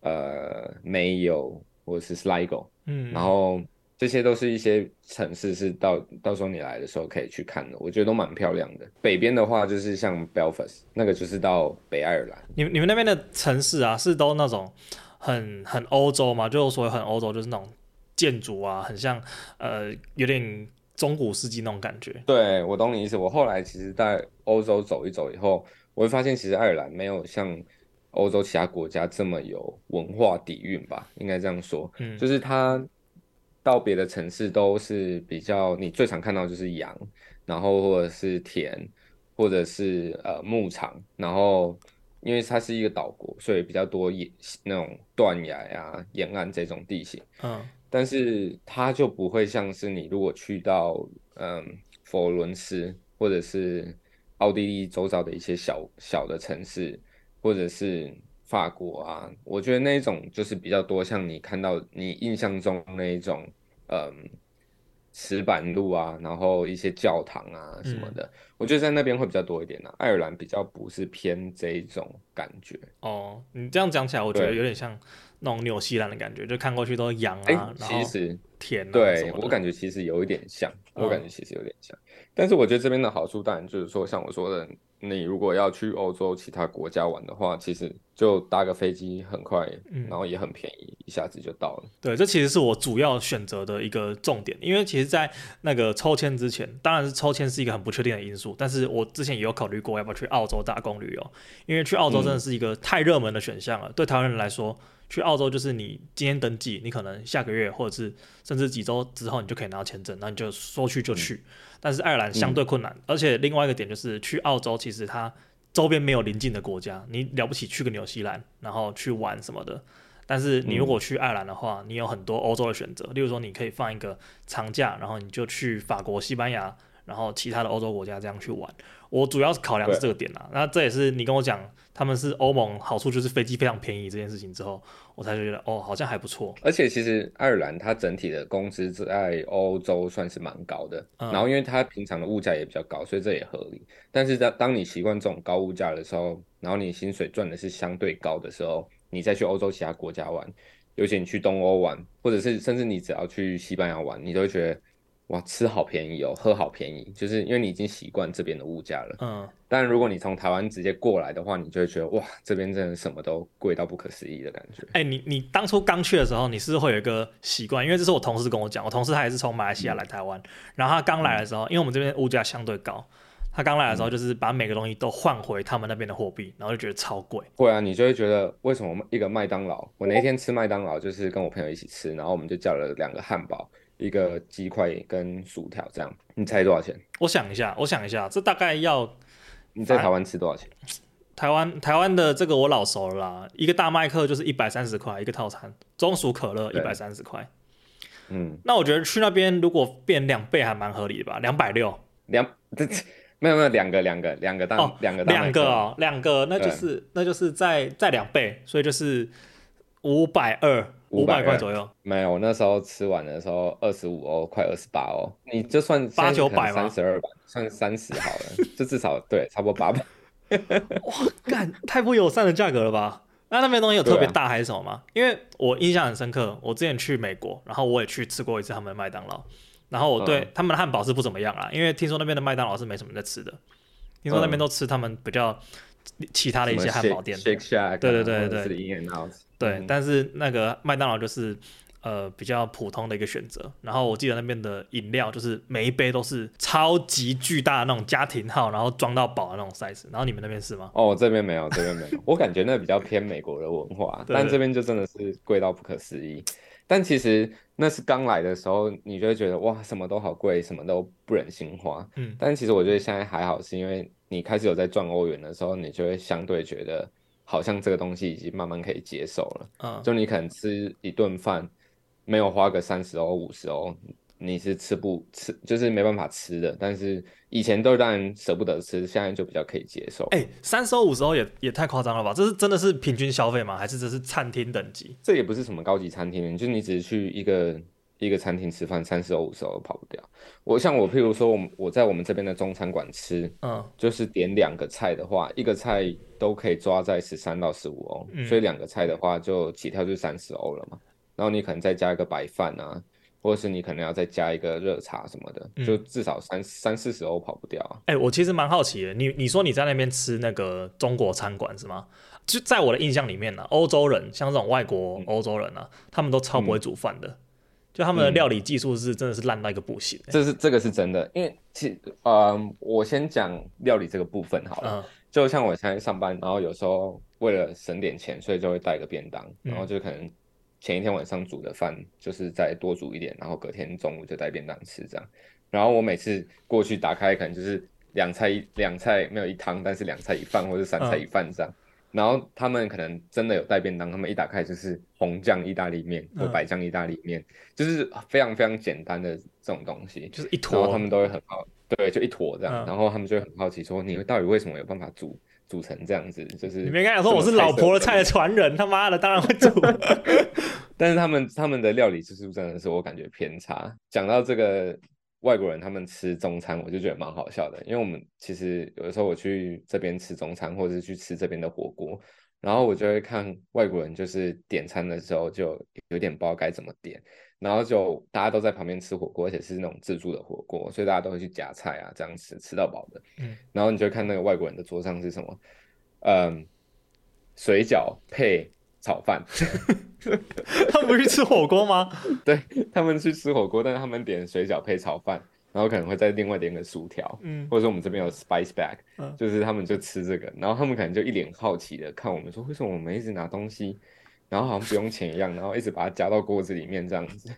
[SPEAKER 1] Mayo，或者是 Sligo。然
[SPEAKER 2] 嗯嗯。
[SPEAKER 1] 后这些都是一些城市，是到时候你来的时候可以去看的，我觉得都蛮漂亮的。北边的话就是像 Belfast，那个就是到北爱尔兰。
[SPEAKER 2] 你们那边的城市啊，是都那种很欧洲嘛？就所谓很欧洲，就是那种建筑啊，很像有点中古世纪那种感觉。
[SPEAKER 1] 对，我懂你意思。我后来其实，在欧洲走一走以后，我会发现，其实爱尔兰没有像欧洲其他国家这么有文化底蕴吧，应该这样说。
[SPEAKER 2] 嗯
[SPEAKER 1] 就是它到别的城市都是比较，你最常看到就是羊，然后或者是田，或者是牧场，然后因为它是一个岛国，所以比较多那种断崖啊、沿岸这种地形。
[SPEAKER 2] 嗯
[SPEAKER 1] 但是它就不会像是你如果去到佛罗伦斯或者是奥地利周遭的一些小小的城市，或者是法国啊，我觉得那一种就是比较多像你看到你印象中那一种嗯石板路啊，然后一些教堂啊什么
[SPEAKER 2] 嗯。
[SPEAKER 1] 的，我觉得在那边会比较多一点啊。爱尔兰比较不是偏这一种感觉。
[SPEAKER 2] 哦，你这样讲起来，我觉得
[SPEAKER 1] 对，
[SPEAKER 2] 有点像那种纽西兰的感觉，就看过去都是羊
[SPEAKER 1] 哎，
[SPEAKER 2] 啊，然后
[SPEAKER 1] 其实
[SPEAKER 2] 田啊什
[SPEAKER 1] 对，
[SPEAKER 2] 么的。
[SPEAKER 1] 我感觉其实有一点像，我感
[SPEAKER 2] 嗯
[SPEAKER 1] 觉其实有点像，但是我觉得这边的好处当然就是说，像我说的，你如果要去欧洲其他国家玩的话，其实就搭个飞机很快，然
[SPEAKER 2] 嗯。
[SPEAKER 1] 后也很便宜，一下子就到了。
[SPEAKER 2] 对，这其实是我主要选择的一个重点，因为其实，在那个抽签之前，当然是抽签是一个很不确定的因素，但是我之前也有考虑过要不要去澳洲打工旅游，因为去澳洲真的
[SPEAKER 1] 嗯，
[SPEAKER 2] 是一个太热门的选项了。对台湾人来说，去澳洲就是你今天登记，你可能下个月或者是甚至几周之后，你就可以拿到签证，那你就说去就去。但是爱尔兰相对
[SPEAKER 1] 嗯，
[SPEAKER 2] 困难，而且另外一个点就是去澳洲，其实它周边没有邻近的国家，你了不起去个纽西兰，然后去玩什么的。但是你如果
[SPEAKER 1] 嗯，
[SPEAKER 2] 去爱尔兰的话，你有很多欧洲的选择，例如说你可以放一个长假，然后你就去法国、西班牙，然后其他的欧洲国家这样去玩。我主要是考量是这个
[SPEAKER 1] 对。
[SPEAKER 2] 点啦，那这也是你跟我讲他们是欧盟好处就是飞机非常便宜这件事情之后，我才觉得哦好像还不错。
[SPEAKER 1] 而且其实爱尔兰它整体的工资在欧洲算是蛮高的，然
[SPEAKER 2] 嗯
[SPEAKER 1] 后因为它平常的物价也比较高，所以这也合理。但是当你习惯这种高物价的时候，然后你薪水赚的是相对高的时候，你再去欧洲其他国家玩，尤其你去东欧玩，或者是甚至你只要去西班牙玩，你都会觉得哇，吃好便宜哦，喝好便宜，就是因为你已经习惯这边的物价了。
[SPEAKER 2] 嗯。
[SPEAKER 1] 但如果你从台湾直接过来的话，你就会觉得哇，这边真的什么都贵到不可思议的感觉。
[SPEAKER 2] 哎、你当初刚去的时候，你是不是会有一个习惯？因为这是我同事跟我讲，我同事他也是从马来西亚来台湾，然后他刚来的时候，因为我们这边物价相对高，他刚来的时候
[SPEAKER 1] 嗯，
[SPEAKER 2] 就是把每个东西都换回他们那边的货币，然后就觉得超贵。
[SPEAKER 1] 会啊，你就会觉得为什么一个麦当劳，我那天吃麦当劳就是跟我朋友一起吃，然后我们就叫了2个汉堡，一个鸡块跟薯条，这样，你猜多少钱？
[SPEAKER 2] 我想一下，这大概要反
[SPEAKER 1] 你在台湾吃多少钱？
[SPEAKER 2] 台湾的这个我老熟了啦，一个大麦克就是130块一个套餐，中薯可乐一百
[SPEAKER 1] 对，
[SPEAKER 2] 三十块。
[SPEAKER 1] 嗯，
[SPEAKER 2] 那我觉得去那边如果变2倍还蛮合理的吧，260。
[SPEAKER 1] 这没有两个
[SPEAKER 2] 哦，
[SPEAKER 1] 大麦克啊，
[SPEAKER 2] 两个，那就
[SPEAKER 1] 对，
[SPEAKER 2] 是再2倍，所以就是520块左
[SPEAKER 1] 520，
[SPEAKER 2] 右，
[SPEAKER 1] 没有，我那时候吃完的时候25欧，快28欧，你就算现
[SPEAKER 2] 八
[SPEAKER 1] 在可能
[SPEAKER 2] 九百吗？
[SPEAKER 1] 32吧，算30好了，就至少对，差不多800。
[SPEAKER 2] 干，太不友善的价格了吧？那边东西有特
[SPEAKER 1] 对啊，
[SPEAKER 2] 别大还是什么吗？因为我印象很深刻，我之前去美国，然后我也去吃过一次他们的麦当劳，然后我对
[SPEAKER 1] 嗯
[SPEAKER 2] 他们的汉堡是不怎么样啦，因为听说那边的麦当劳是没什么人在吃的，听说那边
[SPEAKER 1] 嗯，
[SPEAKER 2] 都吃他们比较其他的
[SPEAKER 1] 什么
[SPEAKER 2] 一些汉堡
[SPEAKER 1] Shake
[SPEAKER 2] 店。
[SPEAKER 1] Shake Shack
[SPEAKER 2] 对对
[SPEAKER 1] 啊，或
[SPEAKER 2] 对对
[SPEAKER 1] 者是 In and Out，
[SPEAKER 2] 对，但是那个麦当劳就是比较普通的一个选择。然后我记得那边的饮料就是每一杯都是超级巨大的那种家庭号，然后装到饱的那种 size。然后你们那边是吗？
[SPEAKER 1] 哦，这边没有，这边没有。我感觉那比较偏美国的文化，
[SPEAKER 2] 对对，
[SPEAKER 1] 但这边就真的是贵到不可思议。但其实那是刚来的时候，你就会觉得哇，什么都好贵，什么都不忍心花。
[SPEAKER 2] 嗯
[SPEAKER 1] 但其实我觉得现在还好，是因为你开始有在赚欧元的时候，你就会相对觉得好像这个东西已经慢慢可以接受了。
[SPEAKER 2] 嗯。
[SPEAKER 1] 就你可能吃一顿饭，没有花个30欧、50欧，你是吃，就是没办法吃的。但是以前都当然舍不得吃，现在就比较可以接受。
[SPEAKER 2] 哎，30欧50欧也太夸张了吧？这是真的是平均消费吗？还是这是餐厅等级？
[SPEAKER 1] 这也不是什么高级餐厅，就是你只是去一个餐厅吃饭，30欧、50欧跑不掉。像我，譬如说我在我们这边的中餐馆吃，
[SPEAKER 2] 嗯
[SPEAKER 1] 就是点2个菜的话，一个菜都可以抓在13到15欧，所以
[SPEAKER 2] 嗯
[SPEAKER 1] 2个菜的话就起跳就30欧了嘛。然后你可能再加一个白饭啊，或者是你可能要再加一个热茶什么的，就
[SPEAKER 2] 嗯。
[SPEAKER 1] 至少30-40欧跑不掉啊。
[SPEAKER 2] 哎，我其实蛮好奇的，你说你在那边吃那个中国餐馆是吗？就在我的印象里面呢，欧洲人像这种外国
[SPEAKER 1] 嗯
[SPEAKER 2] 欧洲人啊，他们都超不会
[SPEAKER 1] 嗯
[SPEAKER 2] 煮饭的，就他们的料
[SPEAKER 1] 嗯。
[SPEAKER 2] 理技术是真的是烂到一个不行欸。
[SPEAKER 1] 这个是真的，因为我先讲料理这个部分好了。
[SPEAKER 2] 嗯
[SPEAKER 1] 就像我现在上班，然后有时候为了省点钱，所以就会带个便当，然后
[SPEAKER 2] 嗯，
[SPEAKER 1] 就可能前一天晚上煮的饭，就是再多煮一点，然后隔天中午就带便当吃这样。然后我每次过去打开，可能就是两菜没有一汤，但是2菜1饭或者3菜1饭这样。然后他们可能真的有带便当，他们一打开就是红酱意大利面或
[SPEAKER 2] 嗯，
[SPEAKER 1] 白酱意大利面，就是非常非常简单的这种东西。
[SPEAKER 2] 就是一坨。
[SPEAKER 1] 然后他们都会很好，对，就一坨这样。
[SPEAKER 2] 嗯，
[SPEAKER 1] 然后他们就会很好奇说，你到底为什么有办法煮成这样子？就是
[SPEAKER 2] 你没跟他说
[SPEAKER 1] 这么
[SPEAKER 2] 我是老
[SPEAKER 1] 菜色纷
[SPEAKER 2] 婆的菜的传人，他妈的当然会煮。
[SPEAKER 1] 但是他们的料理技术真的是我感觉偏差。讲到这个外国人他们吃中餐，我就觉得蛮好笑的，因为我们其实有的时候我去这边吃中餐，或者是去吃这边的火锅，然后我就会看外国人就是点餐的时候就有点不知道该怎么点，然后就大家都在旁边吃火锅，而且是那种自助的火锅，所以大家都会去夹菜啊，这样吃到饱的。
[SPEAKER 2] 嗯，
[SPEAKER 1] 然后你就会看那个外国人的桌上是什么，嗯，水饺配炒饭。
[SPEAKER 2] 他们不是去吃火锅吗？
[SPEAKER 1] 对，他们去吃火锅，但是他们点水饺配炒饭，然后可能会再另外点个薯条，
[SPEAKER 2] 嗯
[SPEAKER 1] 或者说我们这边有 spice bag，
[SPEAKER 2] 嗯，
[SPEAKER 1] 就是他们就吃这个，然后他们可能就一脸好奇的看我们说，为什么我们一直拿东西，然后好像不用钱一样，然后一直把它加到锅子里面这样子。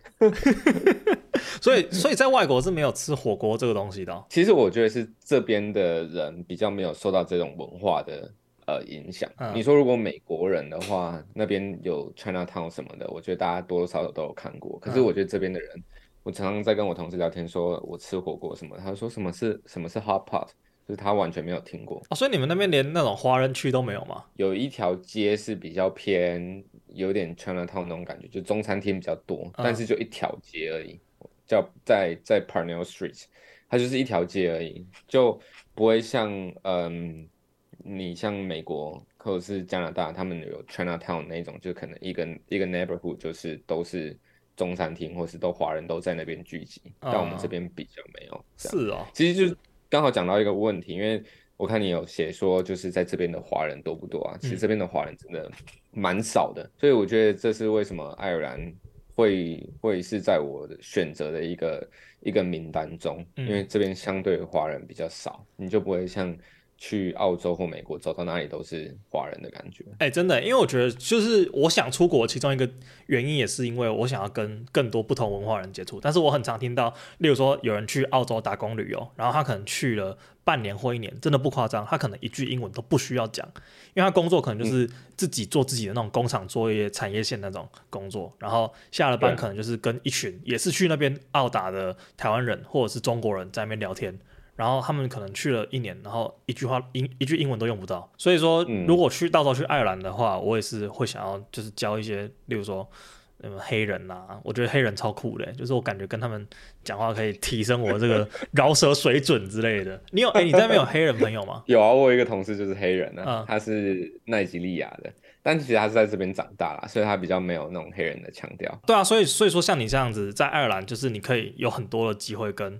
[SPEAKER 2] 所以在外国是没有吃火锅这个东西的哦。
[SPEAKER 1] 其实我觉得是这边的人比较没有受到这种文化的影响。你
[SPEAKER 2] 嗯
[SPEAKER 1] 说如果美国人的话，那边有 Chinatown 什么的，我觉得大家多多少少都有看过。可是
[SPEAKER 2] 嗯。
[SPEAKER 1] 我觉得这边的人，我常常在跟我同事聊天，说我吃火锅什么，他说什么是 hot pot，就是他完全没有听过。
[SPEAKER 2] 哦，所以你们那边连那种华人区都没有吗？
[SPEAKER 1] 有一条街是比较偏有点 Chinatown 那种感觉，就中餐厅比较多，但
[SPEAKER 2] 嗯
[SPEAKER 1] 是就一条街而已，叫在 Parnell Street，它就是一条街而已，就不会像你像美国或者是加拿大，他们有 Chinatown 那种，就可能一个 neighborhood 就是都是中餐厅，或是都华人都在那边聚集，但我们这
[SPEAKER 2] 嗯，
[SPEAKER 1] 边比较没有这样。
[SPEAKER 2] 是哦。
[SPEAKER 1] 其实就是刚好讲到一个问题，因为我看你有写说，就是在这边的华人多不多啊？其实
[SPEAKER 2] 嗯
[SPEAKER 1] 这边的华人真的蛮少的，所以我觉得这是为什么爱尔兰会是在我的选择的一个名单中，因为
[SPEAKER 2] 嗯。
[SPEAKER 1] 这边相对华人比较少，你就不会像去澳洲或美国走到哪里都是华人的感觉。
[SPEAKER 2] 哎、真的，因为我觉得就是我想出国，其中一个原因也是因为我想要跟更多不同文化人接触。但是我很常听到，例如说有人去澳洲打工旅游，然后他可能去了半年或1年，真的不夸张，他可能一句英文都不需要讲，因为他工作可能就是自己做自己的那种工厂作业、产业线那种工作，然后下了班
[SPEAKER 1] 对
[SPEAKER 2] 可能就是跟一群也是去那边澳打的台湾人或者是中国人在那边聊天。然后他们可能去了1年，然后一句英文都用不到。所以说，如
[SPEAKER 1] 嗯，
[SPEAKER 2] 果到时候去爱尔兰的话，我也是会想要就是教一些，例如说黑人啊，我觉得黑人超酷的，就是我感觉跟他们讲话可以提升我这个饶舌水准之类的。你在那边有黑人朋友吗？
[SPEAKER 1] 有啊，我有一个同事就是黑人啊，
[SPEAKER 2] 嗯，
[SPEAKER 1] 他是奈及利亚的，但其实他是在这边长大啦，所以他比较没有那种黑人的腔调。
[SPEAKER 2] 对啊，所以说像你这样子在爱尔兰，就是你可以有很多的机会跟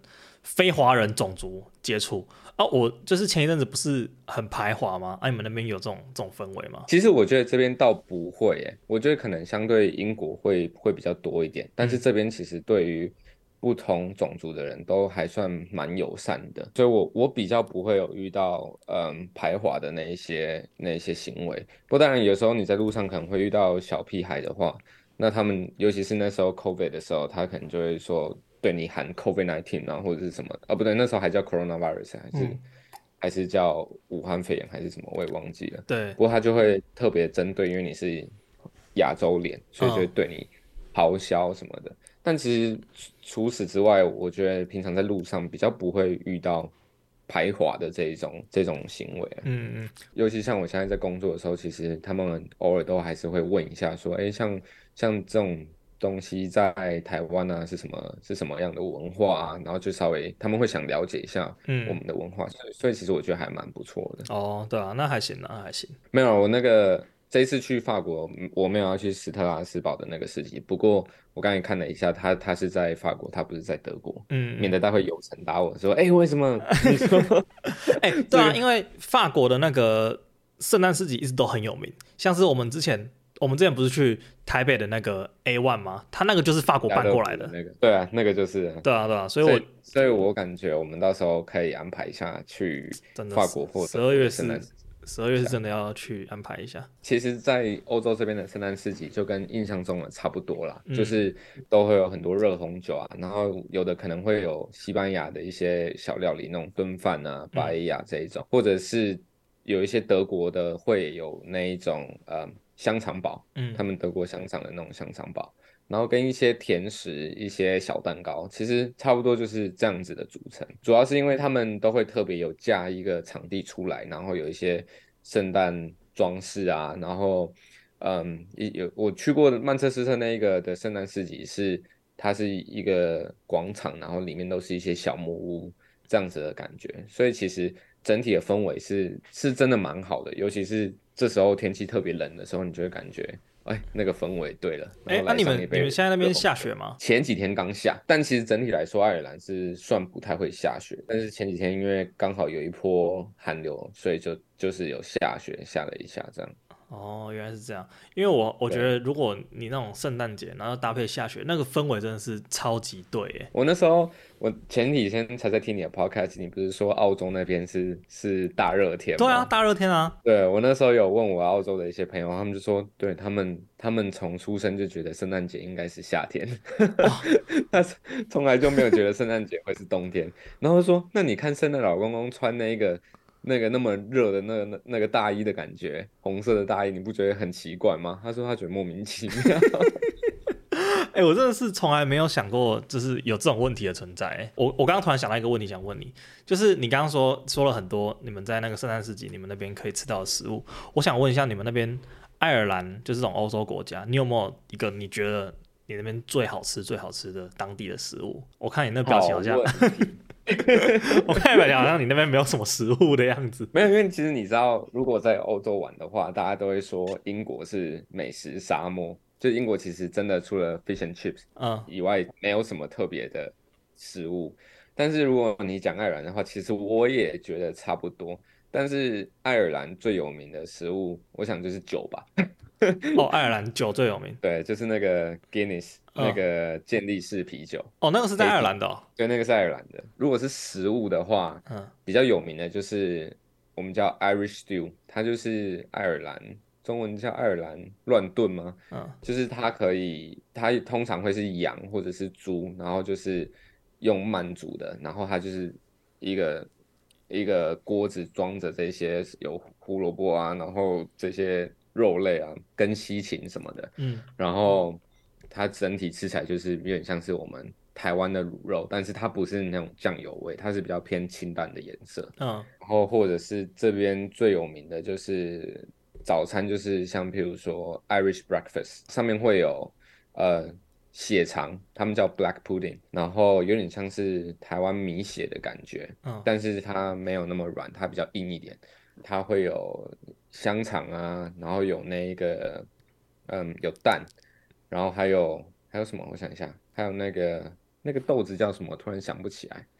[SPEAKER 2] 非华人种族接触啊。我就是前一阵子不是很排华吗？啊，你们那边有这种氛围吗？
[SPEAKER 1] 其实我觉得这边倒不会耶，我觉得可能相对英国会比较多一点，但是
[SPEAKER 2] 嗯
[SPEAKER 1] 这边其实对于不同种族的人都还算蛮友善的，所以我比较不会有遇到排华的那一些行为。不过当然有时候你在路上可能会遇到小屁孩的话，那他们尤其是那时候 COVID 的时候，他可能就会说对你喊 COVID-19啊或者是什么，哦不对，那时候还叫 coronavirus
[SPEAKER 2] 嗯，
[SPEAKER 1] 还是叫武汉肺炎还是什么，我也忘记了。
[SPEAKER 2] 对，
[SPEAKER 1] 不过他就会特别针对，因为你是亚洲脸，所以就会
[SPEAKER 2] 嗯
[SPEAKER 1] 对你咆哮什么的。但其实除此之外，我觉得平常在路上比较不会遇到排华的这种行为啊。
[SPEAKER 2] 嗯嗯
[SPEAKER 1] 尤其像我现在在工作的时候，其实他们偶尔都还是会问一下，说，哎，像这种东西在台湾啊是什么样的文化啊？然后就稍微他们会想了解一下我
[SPEAKER 2] 嗯，
[SPEAKER 1] 们的文化，所以其实我觉得还蛮不错的。
[SPEAKER 2] 哦，对啊，那还行，那还行。
[SPEAKER 1] 没有，我那个这一次去法国，我没有要去斯特拉斯堡的那个市集。不过我刚才看了一下，他是在法国，他不是在德国，免
[SPEAKER 2] 嗯嗯，
[SPEAKER 1] 得待会有城打我说，哎，为什么你说
[SPEAKER 2] 哎、对啊，
[SPEAKER 1] 这个？
[SPEAKER 2] 因为法国的那个圣诞市集一直都很有名，像是我们之前不是去台北的那个 A1 吗？它那个就是法国
[SPEAKER 1] 家乐
[SPEAKER 2] 搬过来的。
[SPEAKER 1] 福的那个？对啊，那个就是啊
[SPEAKER 2] 对啊，对啊，所以我
[SPEAKER 1] 所以所以我感觉我们到时候可以安排一下去
[SPEAKER 2] 真的是
[SPEAKER 1] 法国或
[SPEAKER 2] 十
[SPEAKER 1] 德国
[SPEAKER 2] 二月是
[SPEAKER 1] 的圣诞市集
[SPEAKER 2] 十二月是
[SPEAKER 1] 一下。
[SPEAKER 2] 真的要去安排一下。
[SPEAKER 1] 其实，在欧洲这边的圣诞市集就跟印象中的差不多啦，就
[SPEAKER 2] 嗯
[SPEAKER 1] 是都会有很多热红酒啊，然后有的可能会有西班牙的一些小料理，那种炖饭啊、巴
[SPEAKER 2] 嗯
[SPEAKER 1] 耶亚这一种，或者是有一些德国的会有那一种香肠堡，
[SPEAKER 2] 嗯
[SPEAKER 1] 他们德国香肠的那种香肠堡，然后跟一些甜食、一些小蛋糕，其实差不多就是这样子的组成。主要是因为他们都会特别有架一个场地出来，然后有一些圣诞装饰啊，然后我去过曼彻斯特那一个的圣诞市集是，它是一个广场，然后里面都是一些小木屋这样子的感觉，所以其实整体的氛围是真的蛮好的，尤其是这时候天气特别冷的时候，你就会感觉。哎，那个氛围对了，然
[SPEAKER 2] 哎，那、
[SPEAKER 1] 后来
[SPEAKER 2] 你
[SPEAKER 1] 上一杯
[SPEAKER 2] 们你们现在那边
[SPEAKER 1] 热红酒。
[SPEAKER 2] 下雪吗？
[SPEAKER 1] 前几天刚下，但其实整体来说，爱尔兰是算不太会下雪。但是前几天因为刚好有一波寒流，所以就是有下雪，下了一下这样。
[SPEAKER 2] 哦，原来是这样。因为我觉
[SPEAKER 1] 对，
[SPEAKER 2] 得，如果你那种圣诞节，然后搭配下雪，那个氛围真的是超级对耶。
[SPEAKER 1] 我那时候，我前几天才在听你的 podcast，你不是说澳洲那边是大热天
[SPEAKER 2] 对啊，
[SPEAKER 1] 吗？
[SPEAKER 2] 大热天啊。
[SPEAKER 1] 对，我那时候有问我澳洲的一些朋友，他们就说，对他们从出生就觉得圣诞节应该是夏天，
[SPEAKER 2] 哇，
[SPEAKER 1] 他从来就没有觉得圣诞节会是冬天。然后说，那你看圣诞老公公穿那个那么热的那个大衣的感觉，红色的大衣，你不觉得很奇怪吗？他说他觉得莫名其妙。
[SPEAKER 2] 哎、我真的是从来没有想过，就是有这种问题的存在欸。我刚刚突然想到一个问题，想问你，就是你刚刚说了很多你们在那个圣诞市集，你们那边可以吃到的食物，我想问一下，你们那边爱尔兰就是这种欧洲国家，你有没有一个你觉得你那边最好吃的当地的食物？我看你那表情好像，
[SPEAKER 1] 好问，
[SPEAKER 2] 我看你表情好像你那边没有什么食物的样子。
[SPEAKER 1] 没有，因为其实你知道，如果在欧洲玩的话，大家都会说英国是美食沙漠。就英国其实真的除了 fish and chips
[SPEAKER 2] 嗯，
[SPEAKER 1] 以外，没有什么特别的食物。但是如果你讲爱尔兰的话，其实我也觉得差不多。但是爱尔兰最有名的食物，我想就是酒吧。
[SPEAKER 2] 哦，爱尔兰酒最有名。
[SPEAKER 1] 对，就是那个 Guinness 那
[SPEAKER 2] 嗯，
[SPEAKER 1] 个健力士啤酒，
[SPEAKER 2] 哦，那个是在爱尔兰的哦。
[SPEAKER 1] 对，那个是爱尔兰的。如果是食物的话，
[SPEAKER 2] 嗯
[SPEAKER 1] 比较有名的就是我们叫 Irish stew，它就是爱尔兰，中文叫爱尔兰乱炖吗？
[SPEAKER 2] 嗯
[SPEAKER 1] 就是它通常会是羊或者是猪，然后就是用慢煮的，然后它就是一个一个锅子装着这些有胡萝卜啊，然后这些肉类啊，跟西芹什么的。
[SPEAKER 2] 嗯
[SPEAKER 1] 然后它整体吃起来就是有点像是我们台湾的卤肉，但是它不是那种酱油味，它是比较偏清淡的颜色。
[SPEAKER 2] 嗯
[SPEAKER 1] 然后或者是这边最有名的就是早餐，就是像譬如说 Irish breakfast，上面会有呃血肠，他们叫 black pudding，然后有点像是台湾米血的感觉，
[SPEAKER 2] 嗯
[SPEAKER 1] 但是它没有那么软，它比较硬一点。它会有香肠啊，然后有那个有蛋，然后还有什么？我想一下，还有那个豆子叫什么？突然想不起来。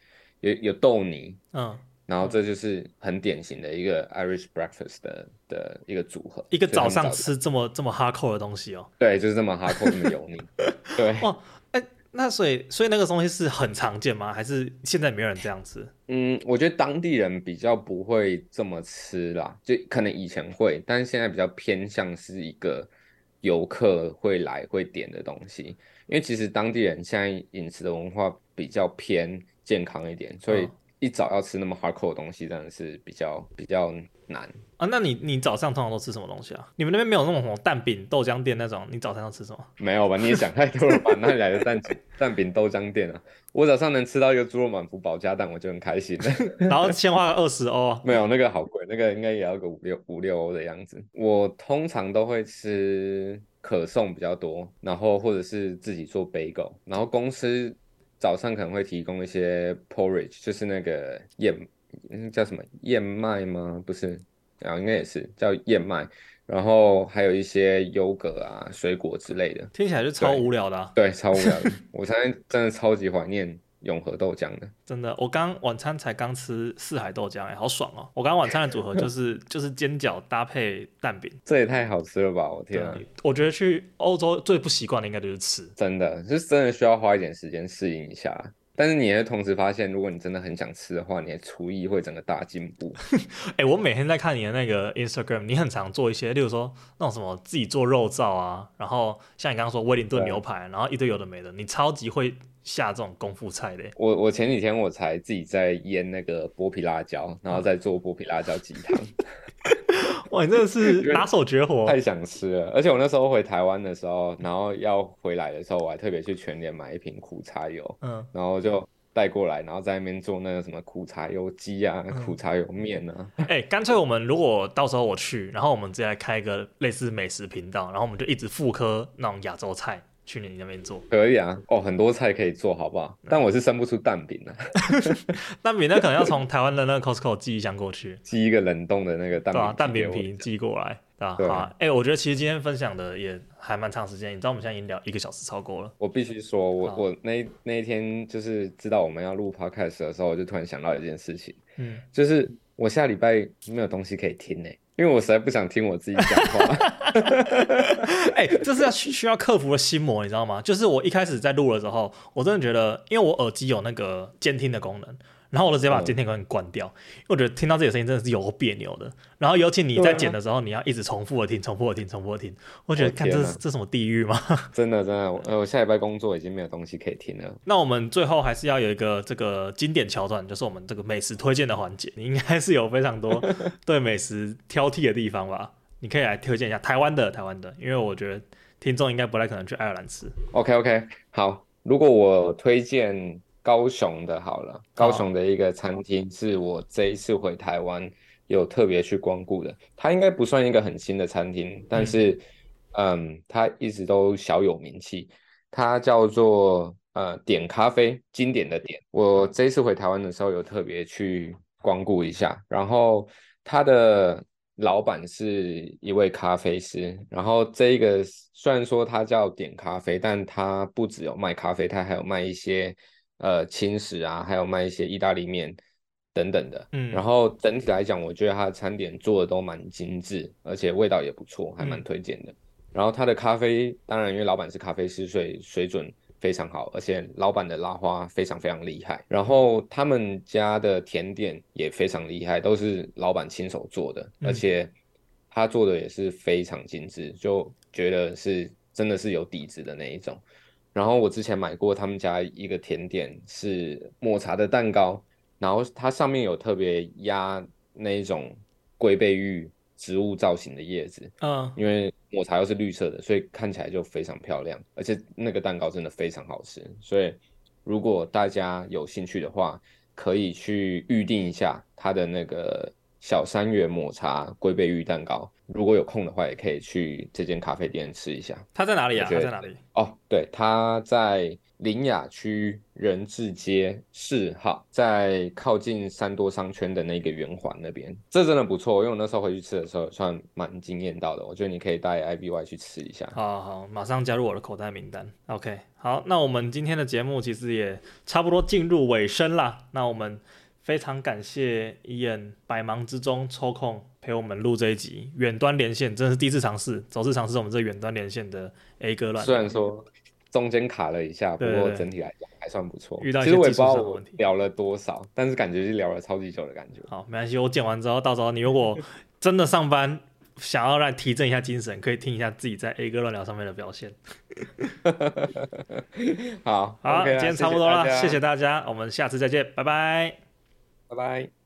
[SPEAKER 1] 有豆泥，
[SPEAKER 2] 嗯，
[SPEAKER 1] 然后这就是很典型的一个 Irish breakfast 的一个组合，
[SPEAKER 2] 一个
[SPEAKER 1] 所以他
[SPEAKER 2] 早上
[SPEAKER 1] 们早餐
[SPEAKER 2] 吃这么 hardcore 的东西哦。
[SPEAKER 1] 对就是这么 hardcore 这么油腻，对。
[SPEAKER 2] 哇，哎，那所以那个东西是很常见吗？还是现在没有人这样吃？
[SPEAKER 1] 嗯，我觉得当地人比较不会这么吃啦，就可能以前会，但是现在比较偏向是一个游客会来会点的东西。因为其实当地人现在饮食的文化比较偏健康一点，所
[SPEAKER 2] 嗯
[SPEAKER 1] 以一早要吃那么 hardcore 的东西真的是比较难。
[SPEAKER 2] 啊，那你早上通常都吃什么东西啊？你们那边没有那种什么蛋饼、豆浆店那种？你早餐要吃什么？
[SPEAKER 1] 没有吧？你也想太多了吧？哪里来的蛋饼豆浆店啊？我早上能吃到一个猪肉满福保加蛋，我就很开心了。
[SPEAKER 2] 然后先花个20欧啊。
[SPEAKER 1] 没有那个好贵，那个应该也要个五六欧的样子。我通常都会吃可颂比较多，然后或者是自己做 bagel，然后公司早上可能会提供一些 porridge，就是那个叫什么燕麦吗？不是，啊，应该也是叫燕麦，然后还有一些优格啊、水果之类的。
[SPEAKER 2] 听起来就超
[SPEAKER 1] 对
[SPEAKER 2] 无聊的啊。
[SPEAKER 1] 对，超无聊的。我现在真的超级怀念永和豆浆的。
[SPEAKER 2] 真的，我刚晚餐才刚吃四海豆浆，哎，好爽哦！我刚晚餐的组合就是煎饺搭配蛋饼。
[SPEAKER 1] 这也太好吃了吧！我天啊！
[SPEAKER 2] 真的，我觉得去欧洲最不习惯的应该就是吃。
[SPEAKER 1] 真的，就是真的需要花一点时间适应一下。但是你也会同时发现，如果你真的很想吃的话，你的厨艺会整个大进步。
[SPEAKER 2] 哎，我每天在看你的那个 Instagram，你很常做一些，例如说那种什么自己做肉燥啊，然后像你刚刚说威灵顿牛排，然后一堆有的没的，你超级会下这种功夫菜的耶。
[SPEAKER 1] 我前几天我才自己在腌那个剥皮辣椒，然后再做剥皮辣椒鸡汤，
[SPEAKER 2] 哇，你真的是
[SPEAKER 1] 因为
[SPEAKER 2] 拿手绝活。
[SPEAKER 1] 太想吃了。而且我那时候回台湾的时候，然后要回来的时候，我还特别去全联买一瓶苦茶油，
[SPEAKER 2] 嗯
[SPEAKER 1] 然后就带过来，然后在那边做那个什么苦茶油鸡啊、苦
[SPEAKER 2] 嗯，
[SPEAKER 1] 茶油面啊。
[SPEAKER 2] 哎，干脆我们如果到时候我去，然后我们直接来开一个类似美食频道，然后我们就一直复刻那种亚洲菜去你那边做。
[SPEAKER 1] 可以啊，哦，很多菜可以做，好不好？但我是生不出蛋饼啊。
[SPEAKER 2] 蛋饼那可能要从台湾的那个 Costco 寄一箱过去。
[SPEAKER 1] 寄一个冷冻的那个蛋
[SPEAKER 2] 对啊，
[SPEAKER 1] 饼
[SPEAKER 2] 蛋
[SPEAKER 1] 皮给我。
[SPEAKER 2] 饼皮寄过来，对吧、
[SPEAKER 1] 对，
[SPEAKER 2] 好啊，哎、我觉得其实今天分享的也还蛮长时间，你知道我们现在已经聊1个小时超过了。
[SPEAKER 1] 我必须说，我
[SPEAKER 2] 好，
[SPEAKER 1] 我那一天就是知道我们要录 podcast 的时候，我就突然想到一件事情，
[SPEAKER 2] 嗯，
[SPEAKER 1] 就是我下礼拜没有东西可以听呢，因为我实在不想听我自己讲话。
[SPEAKER 2] 哎、这是需要克服的心魔，你知道吗？就是我一开始在录的时候，我真的觉得，因为我耳机有那个监听的功能，然后我就直接把监
[SPEAKER 1] 嗯，
[SPEAKER 2] 听功能关掉，因为我觉得听到自己的声音真的是有够别扭的。然后尤其你在
[SPEAKER 1] 对啊，
[SPEAKER 2] 剪的时候，你要一直重复的听，重复的听，重复的听，我觉得看
[SPEAKER 1] 我天呐，
[SPEAKER 2] 这什么地狱吗？
[SPEAKER 1] 真的，我下礼拜工作已经没有东西可以听了。
[SPEAKER 2] 那我们最后还是要有一个这个经典桥段，就是我们这个美食推荐的环节。你应该是有非常多对美食挑剔的地方吧？你可以来推荐一下台湾的，因为我觉得听众应该不太可能去爱尔兰吃。
[SPEAKER 1] OK OK，好，如果我推荐高雄的，好了，高雄
[SPEAKER 2] 好，
[SPEAKER 1] 的一个餐厅是我这一次回台湾有特别去光顾的，它应该不算一个很新的餐厅，但
[SPEAKER 2] 嗯
[SPEAKER 1] 是，它一直都小有名气，它叫做点咖啡，经典的点。我这一次回台湾的时候有特别去光顾一下，然后它的老板是一位咖啡师，然后这一个虽然说它叫点咖啡，但它不只有卖咖啡，它还有卖一些轻食啊，还有卖一些意大利面等等的。然
[SPEAKER 2] 嗯
[SPEAKER 1] 后整体来讲，我觉得它的餐点做的都蛮精致，而且味道也不错，还蛮
[SPEAKER 2] 嗯
[SPEAKER 1] 推荐的。然后它的咖啡，当然因为老板是咖啡师，所以水准非常好，而且老板的拉花非常非常厉害。然后他们家的甜点也非常厉害，都是老板亲手做的，而
[SPEAKER 2] 嗯
[SPEAKER 1] 且他做的也是非常精致，就觉得是真的是有底子的那一种。然后我之前买过他们家一个甜点是抹茶的蛋糕，然后它上面有特别压那一种龟背玉植物造型的叶子，
[SPEAKER 2] 嗯，
[SPEAKER 1] 因为抹茶又是绿色的，所以看起来就非常漂亮，而且那个蛋糕真的非常好吃。所以如果大家有兴趣的话，可以去预定一下它的那个小三元抹茶龟背玉蛋糕，如果有空的话，也可以去这间咖啡店吃一下。
[SPEAKER 2] 它在哪里啊？它
[SPEAKER 1] 我觉得
[SPEAKER 2] 在哪里？
[SPEAKER 1] 哦，对，它在苓雅区人智街4号，在靠近三多商圈的那个圆环那边，这真的不错。因为我那时候回去吃的时候，算蛮惊艳到的。我觉得你可以带 IBY 去吃一下。
[SPEAKER 2] 好好，马上加入我的口袋名单。OK，好，那我们今天的节目其实也差不多进入尾声啦。那我们非常感谢Ian百忙之中抽空陪我们录这一集远端连线，真的是第一次尝试，首次尝试我们这远端连线的 A 哥乱
[SPEAKER 1] 虽
[SPEAKER 2] 聊。
[SPEAKER 1] 然说中间卡了一下，不
[SPEAKER 2] 对对对，
[SPEAKER 1] 过整体来讲还算不错。
[SPEAKER 2] 遇到一
[SPEAKER 1] 其实我也
[SPEAKER 2] 些技术
[SPEAKER 1] 不知道我
[SPEAKER 2] 上的问题。
[SPEAKER 1] 聊了多少，但是感觉是聊了超级久的感觉。
[SPEAKER 2] 好，没关系，我剪完之后，到时候你如果真的上班想要来提振一下精神，可以听一下自己在 A 哥乱聊上面的表现。
[SPEAKER 1] 好
[SPEAKER 2] 好，
[SPEAKER 1] ，OK 啦，
[SPEAKER 2] 今天
[SPEAKER 1] 谢谢
[SPEAKER 2] 差不多了，
[SPEAKER 1] 大家，
[SPEAKER 2] 谢谢大家，我们下次再见，拜拜。
[SPEAKER 1] 拜拜。